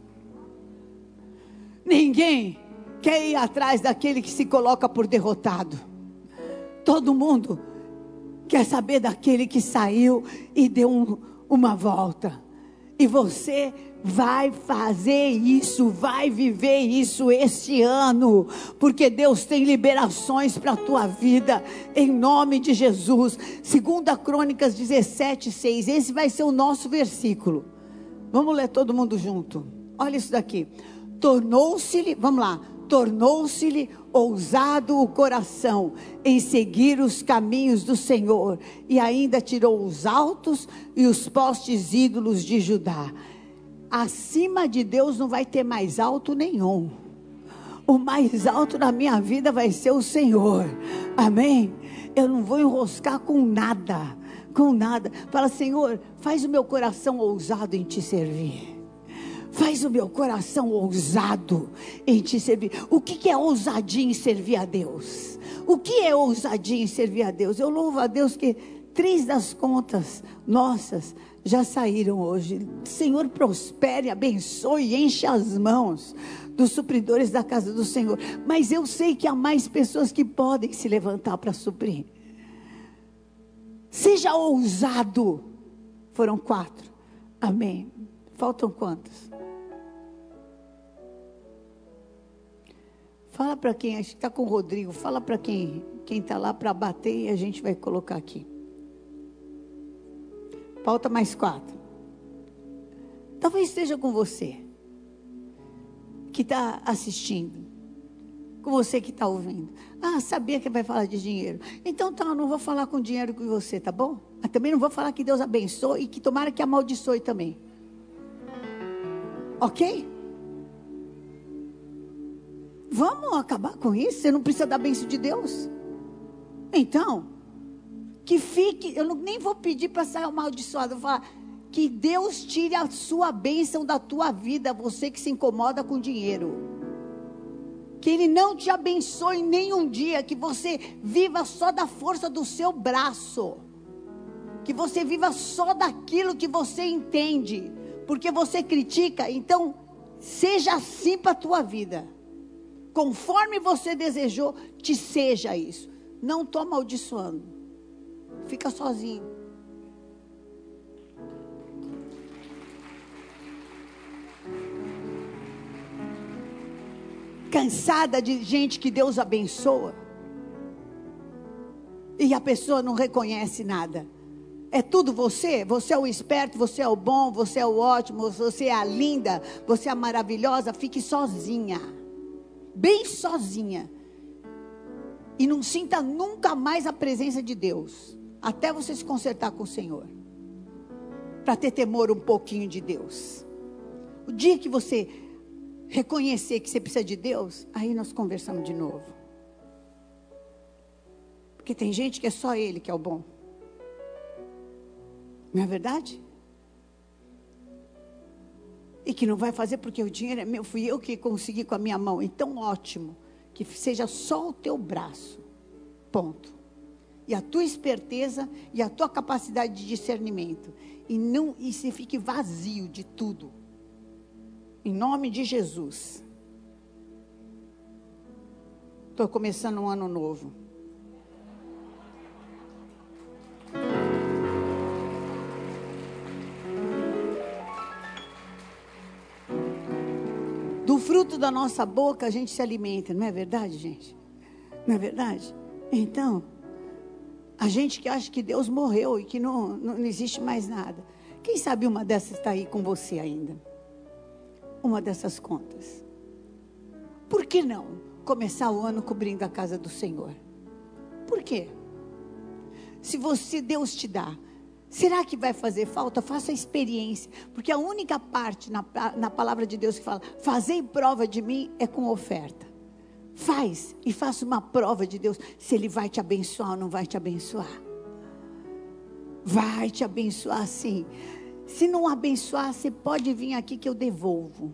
Ninguém quer ir atrás daquele que se coloca por derrotado. Todo mundo quer saber daquele que saiu e deu uma volta. E você vai fazer isso, vai viver isso este ano, porque Deus tem liberações para a tua vida, em nome de Jesus. 2 Crônicas 17:6, esse vai ser o nosso versículo. Vamos ler todo mundo junto. Olha isso daqui. Tornou-se-lhe, vamos lá, tornou-se-lhe ousado o coração em seguir os caminhos do Senhor, e ainda tirou os altos e os postes ídolos de Judá. Acima de Deus não vai ter mais alto nenhum. O mais alto na minha vida vai ser o Senhor. Amém? Eu não vou enroscar com nada. Com nada. Fala: Senhor, faz o meu coração ousado em te servir. Faz o meu coração ousado em te servir. O que é ousadia em servir a Deus? O que é ousadia em servir a Deus? Eu louvo a Deus que 3 das contas nossas já saíram hoje. Senhor, prospere, abençoe, enche as mãos dos supridores da casa do Senhor. Mas eu sei que há mais pessoas que podem se levantar para suprir. Seja ousado. Foram 4. Amém. Faltam quantos? Fala para quem, acho que está com o Rodrigo, fala para quem está lá para bater, e a gente vai colocar aqui. Falta mais 4. Talvez esteja com você, que está assistindo, com você que está ouvindo. Ah, sabia que vai falar de dinheiro. Então tá, eu não vou falar com dinheiro com você, tá bom? Mas também não vou falar que Deus abençoe e que tomara que amaldiçoe também. Ok? Vamos acabar com isso? Você não precisa da bênção de Deus? Então, que fique, eu nem vou pedir para sair amaldiçoado, vou falar, que Deus tire a sua bênção da tua vida, você que se incomoda com dinheiro. Que Ele não te abençoe nenhum dia, que você viva só da força do seu braço. Que você viva só daquilo que você entende. Porque você critica, então seja assim para a tua vida. Conforme você desejou, te seja isso. Não estou amaldiçoando. Fica sozinho. Cansada de gente que Deus abençoa e a pessoa não reconhece nada. É tudo você? Você é o esperto, você é o bom, você é o ótimo, você é a linda, você é a maravilhosa. Fique sozinha, bem sozinha, e não sinta nunca mais a presença de Deus, até você se consertar com o Senhor, para ter temor um pouquinho de Deus. O dia que você reconhecer que você precisa de Deus, aí nós conversamos de novo. Porque tem gente que é só Ele que é o bom. Não é verdade? E que não vai fazer porque o dinheiro é meu, fui eu que consegui com a minha mão. Então ótimo, que seja só o teu braço, ponto. E a tua esperteza e a tua capacidade de discernimento. E se fique vazio de tudo. Em nome de Jesus. Estou começando um ano novo. Do fruto da nossa boca a gente se alimenta, não é verdade, gente? Não é verdade? Então, a gente que acha que Deus morreu e que não existe mais nada. Quem sabe uma dessas está aí com você ainda? Uma dessas contas. Por que não começar o ano cobrindo a casa do Senhor? Por quê? Se Deus te dá, será que vai fazer falta? Faça a experiência, porque a única parte na palavra de Deus que fala, fazei prova de mim, é com oferta. Faz e faça uma prova de Deus, se Ele vai te abençoar ou não vai te abençoar. Vai te abençoar sim. Se não abençoar, você pode vir aqui que eu devolvo.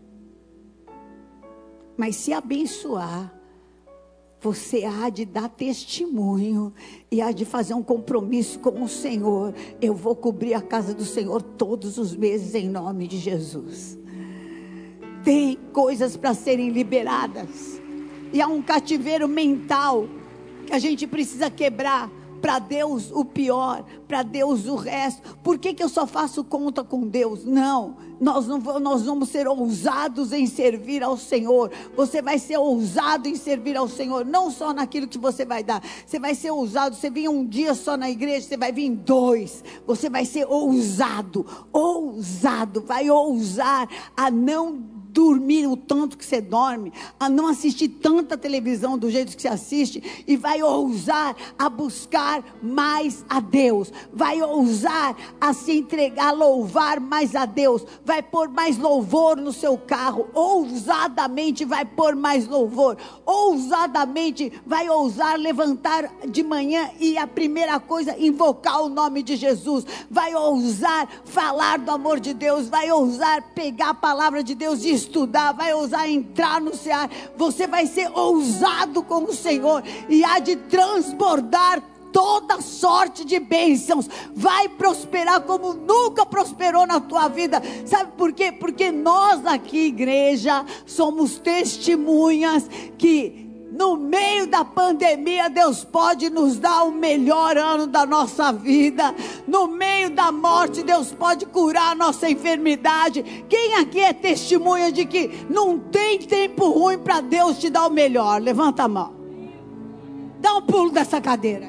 Mas se abençoar, você há de dar testemunho e há de fazer um compromisso com o Senhor. Eu vou cobrir a casa do Senhor todos os meses em nome de Jesus. Tem coisas para serem liberadas. E há um cativeiro mental que a gente precisa quebrar. Para Deus o pior, para Deus o resto. Por que eu só faço conta com Deus? Não, nós vamos ser ousados em servir ao Senhor. Você vai ser ousado em servir ao Senhor, não só naquilo que você vai dar. Você vai ser ousado, você vinha um dia só na igreja, você vai vir 2. Você vai ser ousado, vai ousar a não dormir o tanto que você dorme, a não assistir tanta televisão do jeito que você assiste, e vai ousar a buscar mais a Deus, vai ousar a se entregar, a louvar mais a Deus, vai pôr mais louvor no seu carro, ousadamente vai pôr mais louvor, ousadamente vai ousar levantar de manhã e a primeira coisa, invocar o nome de Jesus, vai ousar falar do amor de Deus, vai ousar pegar a palavra de Deus e estudar, vai ousar entrar no Ceará. Você vai ser ousado com o Senhor e há de transbordar toda sorte de bênçãos. Vai prosperar como nunca prosperou na tua vida. Sabe por quê? Porque nós aqui, igreja, somos testemunhas que no meio da pandemia, Deus pode nos dar o melhor ano da nossa vida. No meio da morte, Deus pode curar a nossa enfermidade. Quem aqui é testemunha de que não tem tempo ruim para Deus te dar o melhor? Levanta a mão. Dá um pulo dessa cadeira.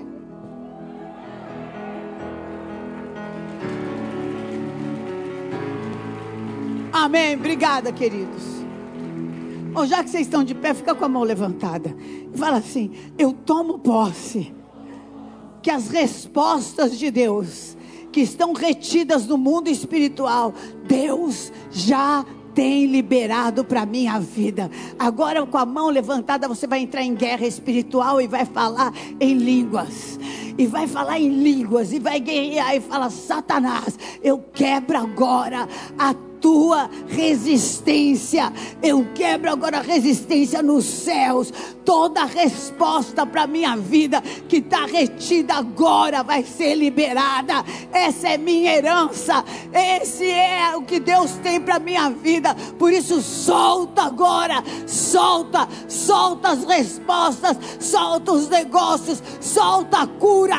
Amém. Obrigada, queridos. Já que vocês estão de pé, fica com a mão levantada e fala assim: eu tomo posse que as respostas de Deus que estão retidas no mundo espiritual, Deus já tem liberado para a minha vida. Agora, com a mão levantada, você vai entrar em guerra espiritual e vai falar em línguas. E vai falar em línguas e vai guerrear e fala: Satanás, eu quebro agora a tua resistência, eu quebro agora a resistência nos céus. Toda resposta para minha vida que está retida agora vai ser liberada. Essa é minha herança, esse é o que Deus tem para minha vida. Por isso solta agora, solta as respostas, solta os negócios, solta a cura.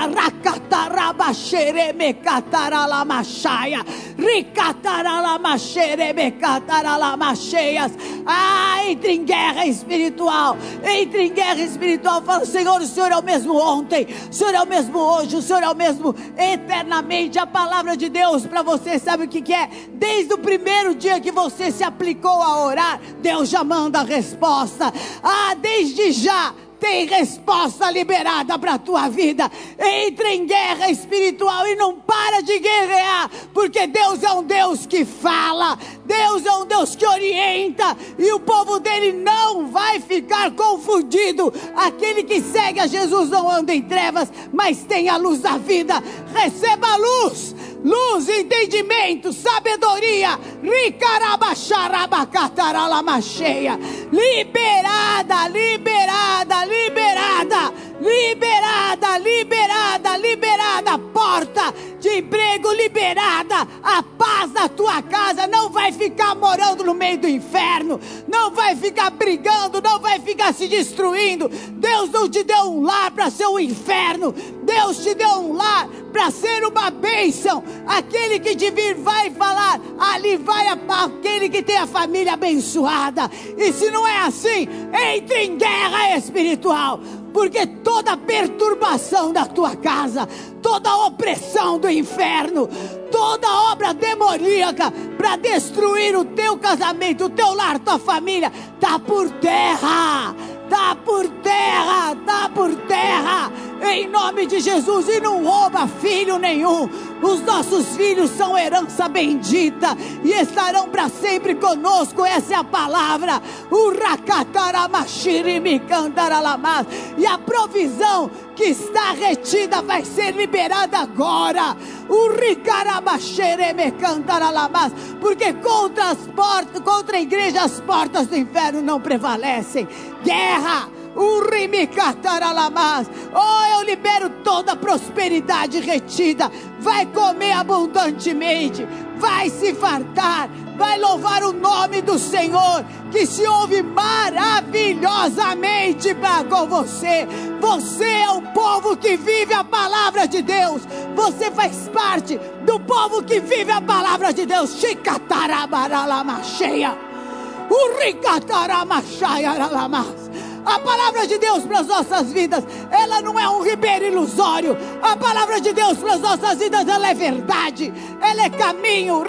Racatarabasheremecataralamachaya, ricataralamasheremecataralamacheas. Entre em guerra espiritual, entre em guerra espiritual. Fala: Senhor, o Senhor é o mesmo ontem, o Senhor é o mesmo hoje, o Senhor é o mesmo eternamente. A palavra de Deus para você, sabe o que é? Desde o primeiro dia que você se aplicou a orar, Deus já manda a resposta. Desde já tem resposta liberada para a tua vida. Entra em guerra espiritual e não para de guerrear, porque Deus é um Deus que fala, Deus é um Deus que orienta, e o povo dele não vai ficar confundido. Aquele que segue a Jesus não anda em trevas, mas tem a luz da vida. Receba a luz, luz, entendimento, sabedoria. Ricarabacharabacataralamachea. Liberada, liberada, liberada, liberada, liberada, liberada. Porta de emprego liberada. A paz na tua casa. Não vai ficar morando no meio do inferno, não vai ficar brigando, não vai ficar se destruindo. Deus não te deu um lar para ser um inferno. Deus te deu um lar para ser uma bênção. Aquele que te vir vai falar: ali vai aquele que tem a família abençoada. E se não é assim, entre em guerra espiritual, porque toda perturbação da tua casa, toda opressão do inferno, toda obra demoníaca para destruir o teu casamento, o teu lar, tua família, tá por terra. Tá por terra, tá por terra, em nome de Jesus. E não rouba filho nenhum. Os nossos filhos são herança bendita e estarão para sempre conosco. Essa é a palavra. E a provisão que está retida vai ser liberada agora. Porque contra a igreja as portas do inferno não prevalecem. Guerra. Oh, eu libero toda a prosperidade retida. Vai comer abundantemente, vai se fartar, vai louvar o nome do Senhor, que se ouve maravilhosamente com você. Você é o povo que vive a palavra de Deus. Você faz parte do povo que vive a palavra de Deus. A palavra de Deus para as nossas vidas, ela não é um ribeiro ilusório. A palavra de Deus para as nossas vidas, ela é verdade, ela é caminho.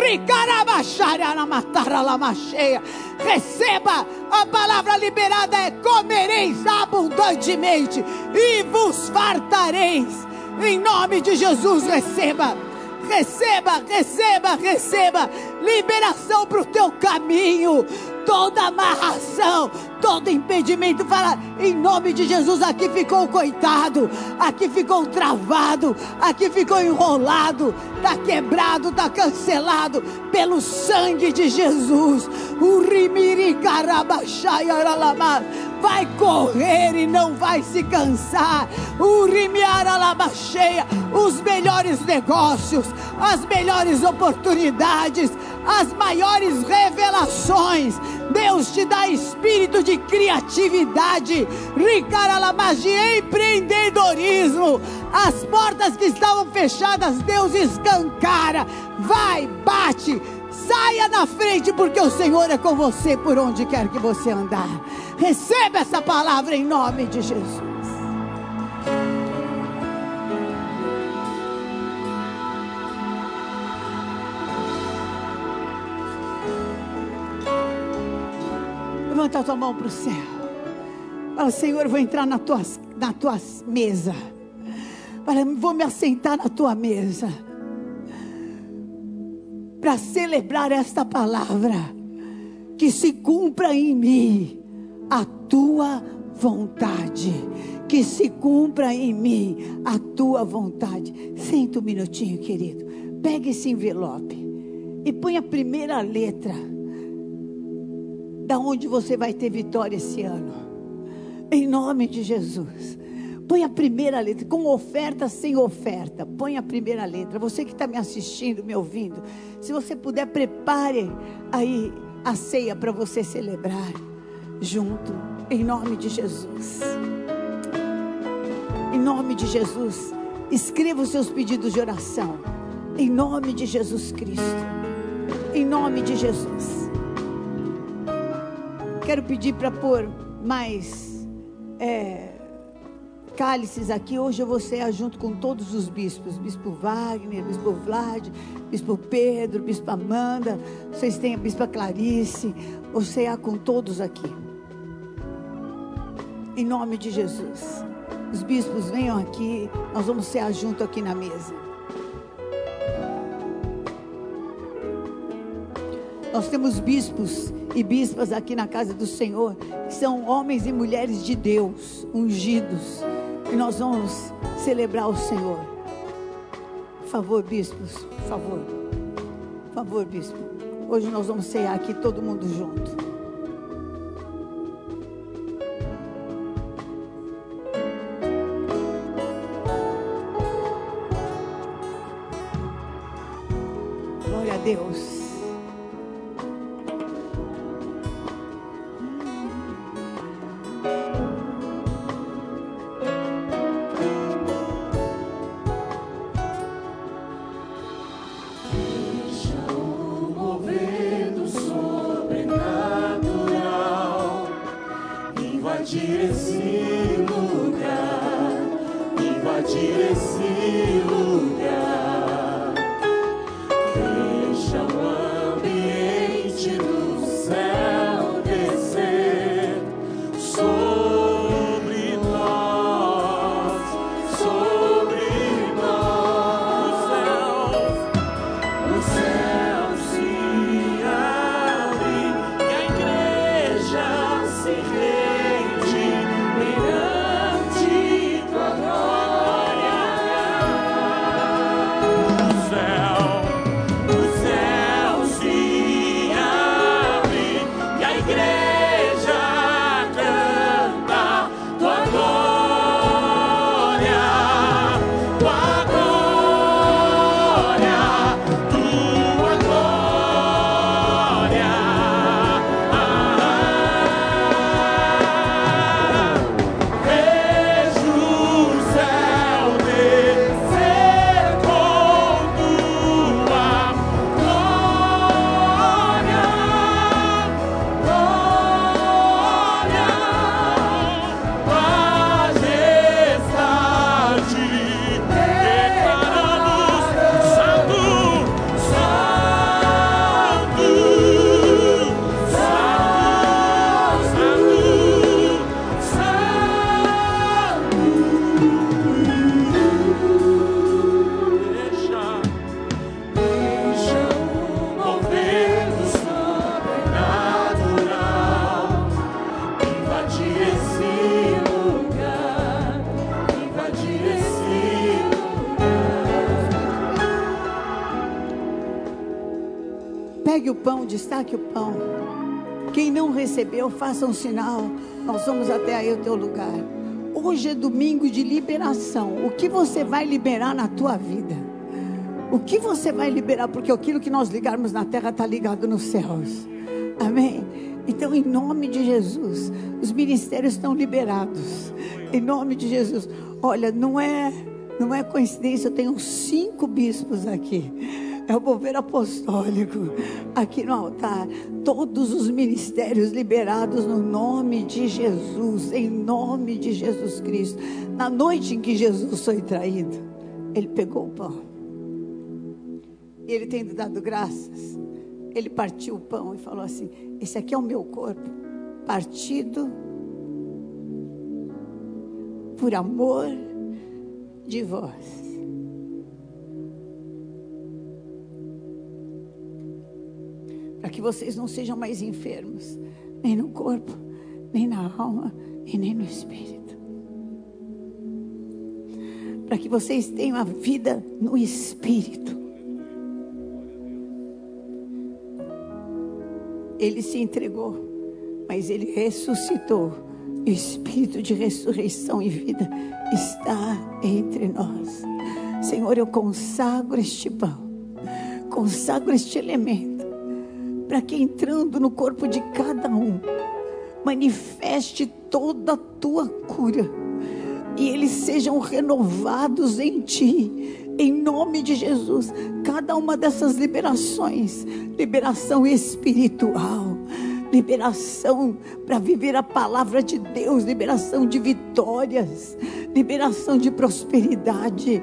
Receba a palavra liberada, é: comereis abundantemente e vos fartareis. Em nome de Jesus, receba. Receba, receba, receba liberação para o teu caminho. Toda amarração, todo impedimento, fala em nome de Jesus. Aqui ficou coitado, aqui ficou travado, aqui ficou enrolado, está quebrado, está cancelado pelo sangue de Jesus. Vai correr e não vai se cansar. Os melhores negócios, as melhores oportunidades, as maiores revelações. Deus te dá espírito de criatividade, de empreendedorismo. As portas que estavam fechadas, Deus escancara. Vai, bate, saia na frente, porque o Senhor é com você por onde quer que você andar. Receba essa palavra em nome de Jesus. Levanta a tua mão para o céu. Fala: Senhor, eu vou entrar na tua mesa. Fala: vou me assentar na tua mesa para celebrar esta palavra. Que se cumpra em mim a tua vontade. Que se cumpra em mim a tua vontade. Senta um minutinho, querido. Pega esse envelope e põe a primeira letra da onde você vai ter vitória esse ano, em nome de Jesus. Põe a primeira letra, com oferta, sem oferta. Põe a primeira letra. Você que está me assistindo, me ouvindo, se você puder, prepare aí a ceia para você celebrar junto, em nome de Jesus. Em nome de Jesus, escreva os seus pedidos de oração, em nome de Jesus Cristo, em nome de Jesus. Quero pedir para pôr mais cálices aqui. Hoje eu vou cear junto com todos os bispos. Bispo Wagner, Bispo Vlad, Bispo Pedro, Bispo Amanda. Vocês têm a Bispa Clarice. Vou cear com todos aqui, em nome de Jesus. Os bispos venham aqui. Nós vamos cear junto aqui na mesa. Nós temos bispos e bispas aqui na casa do Senhor, que são homens e mulheres de Deus, ungidos, e nós vamos celebrar o Senhor. Por favor, bispos, por favor. Por favor, bispo. Hoje nós vamos cear aqui todo mundo junto. Glória a Deus. Pegue o pão, destaque o pão. Quem não recebeu, faça um sinal. Nós vamos até aí o teu lugar. Hoje é domingo de liberação. O que você vai liberar na tua vida? O que você vai liberar? Porque aquilo que nós ligarmos na terra está ligado nos céus. Amém? Então, em nome de Jesus, os ministérios estão liberados. Em nome de Jesus. Olha, não é coincidência, eu tenho 5 bispos aqui. É o mover apostólico aqui no altar. Todos os ministérios liberados no nome de Jesus, em nome de Jesus Cristo. Na noite em que Jesus foi traído, ele pegou o pão. E ele tendo dado graças, ele partiu o pão e falou assim: esse aqui é o meu corpo, partido por amor de vós. Para que vocês não sejam mais enfermos, nem no corpo, nem na alma, e nem no espírito. Para que vocês tenham a vida no espírito. Ele se entregou, mas ele ressuscitou. O espírito de ressurreição e vida está entre nós. Senhor, eu consagro este pão, consagro este elemento, para que entrando no corpo de cada um, manifeste toda a tua cura, e eles sejam renovados em ti, em nome de Jesus. Cada uma dessas liberações, liberação espiritual, liberação para viver a palavra de Deus, liberação de vitórias, liberação de prosperidade,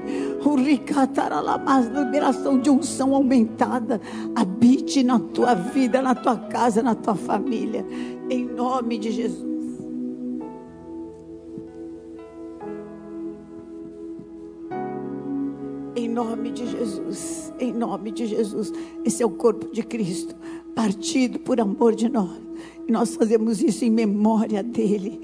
liberação de unção aumentada, habite na tua vida, na tua casa, na tua família, em nome de Jesus. Em nome de Jesus, em nome de Jesus. Esse é o corpo de Cristo, partido por amor de nós. E nós fazemos isso em memória dele.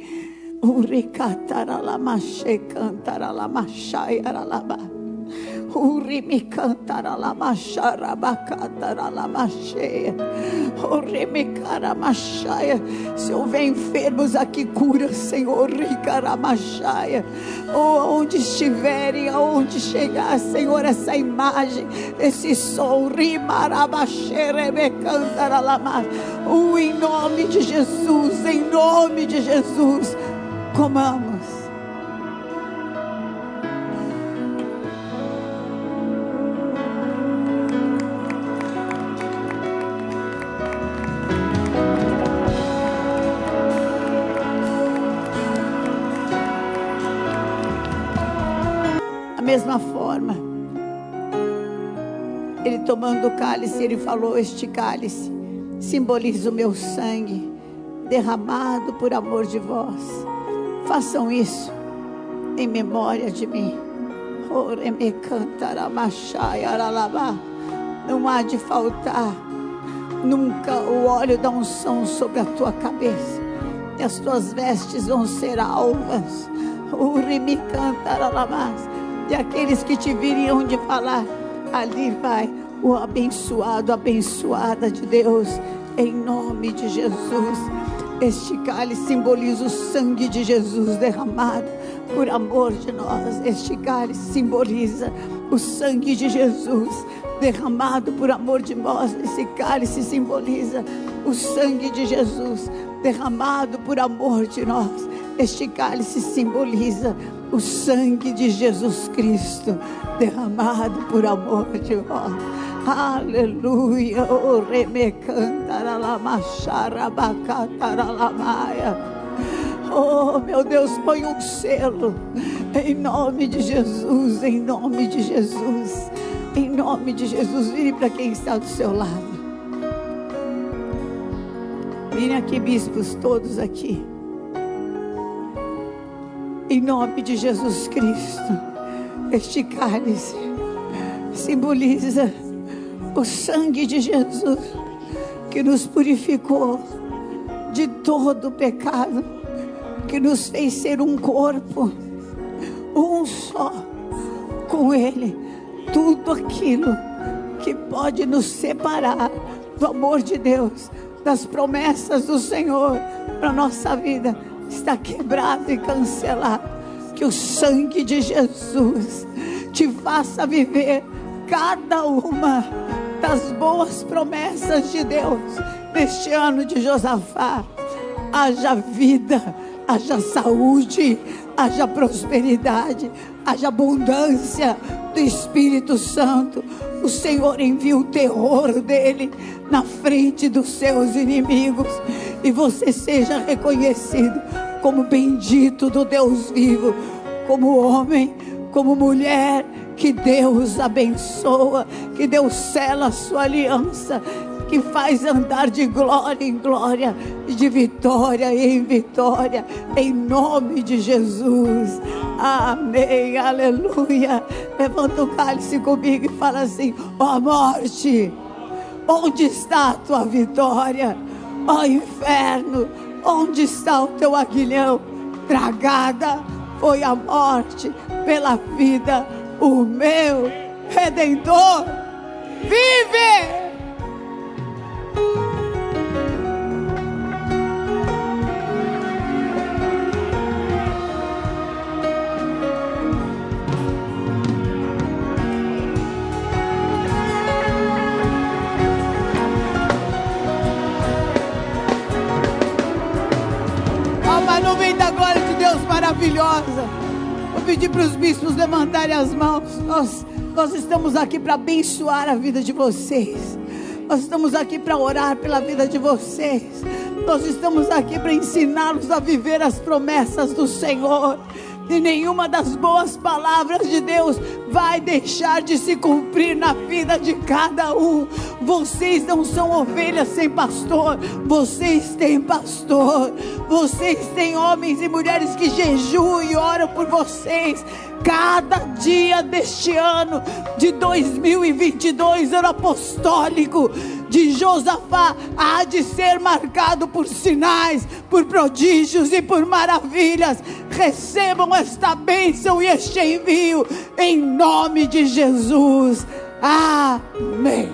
Se houver enfermos aqui, cura, Senhor. Onde estiverem, aonde chegar, Senhor, essa imagem, esse som, em nome de Jesus, em nome de Jesus, comamos. Da mesma forma, ele tomando o cálice, ele falou: este cálice simboliza o meu sangue derramado por amor de vós. Façam isso em memória de mim. Não há de faltar nunca o óleo da unção sobre a tua cabeça, e as tuas vestes vão ser alvas. E aqueles que te viriam de falar: ali vai o abençoado, abençoada de Deus, em nome de Jesus. Este cálice simboliza o sangue de Jesus derramado por amor de nós. Este cálice simboliza o sangue de Jesus derramado por amor de nós. Esse cálice simboliza o sangue de Jesus derramado por amor de nós. Este cálice simboliza o sangue de Jesus Cristo derramado por amor de nós. Aleluia. Oh, meu Deus, põe um selo em nome de Jesus, em nome de Jesus, em nome de Jesus. Vire para quem está do seu lado. Virem aqui, bispos, todos aqui. Em nome de Jesus Cristo, este cálice simboliza o sangue de Jesus, que nos purificou de todo o pecado, que nos fez ser um corpo, um só com Ele. Tudo aquilo que pode nos separar do amor de Deus, das promessas do Senhor para a nossa vida, está quebrado e cancelado. Que o sangue de Jesus te faça viver cada uma das boas promessas de Deus neste ano de Josafá. Haja vida, haja saúde, haja prosperidade, haja abundância do Espírito Santo. O Senhor envia o terror dele na frente dos seus inimigos, e você seja reconhecido como bendito do Deus vivo, como homem, como mulher que Deus abençoa, que Deus sela a sua aliança, que faz andar de glória em glória, de vitória em vitória, em nome de Jesus. Amém, aleluia. Levanta o cálice comigo e fala assim: ó morte, onde está a tua vitória? Ó inferno, onde está o teu aguilhão? Tragada foi a morte pela vida, o meu Redentor vive! Uma nuvem da glória de Deus maravilhosa. Vou pedir para os bispos levantarem as mãos. Nós estamos aqui para abençoar a vida de vocês. Nós estamos aqui para orar pela vida de vocês. Nós estamos aqui para ensiná-los a viver as promessas do Senhor. E nenhuma das boas palavras de Deus vai deixar de se cumprir na vida de cada um. Vocês não são ovelhas sem pastor, vocês têm pastor. Vocês têm homens e mulheres que jejuam e oram por vocês. Cada dia deste ano de 2022, ano apostólico de Josafá, há de ser marcado por sinais, por prodígios e por maravilhas. Recebam esta bênção e este envio em nome de Jesus. Amém.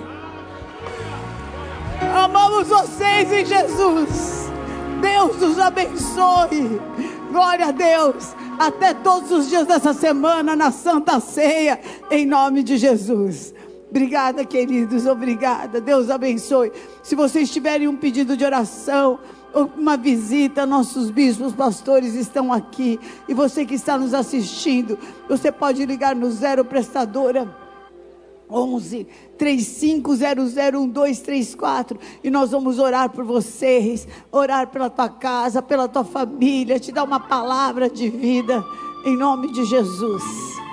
Amamos vocês em Jesus. Deus nos abençoe. Glória a Deus. Até todos os dias dessa semana na Santa Ceia, em nome de Jesus. Obrigada, queridos, obrigada. Deus abençoe. Se vocês tiverem um pedido de oração, ou uma visita, nossos bispos, pastores estão aqui. E você que está nos assistindo, você pode ligar no 0 prestadora 11 3500 1234 e nós vamos orar por vocês, orar pela tua casa, pela tua família, te dar uma palavra de vida em nome de Jesus.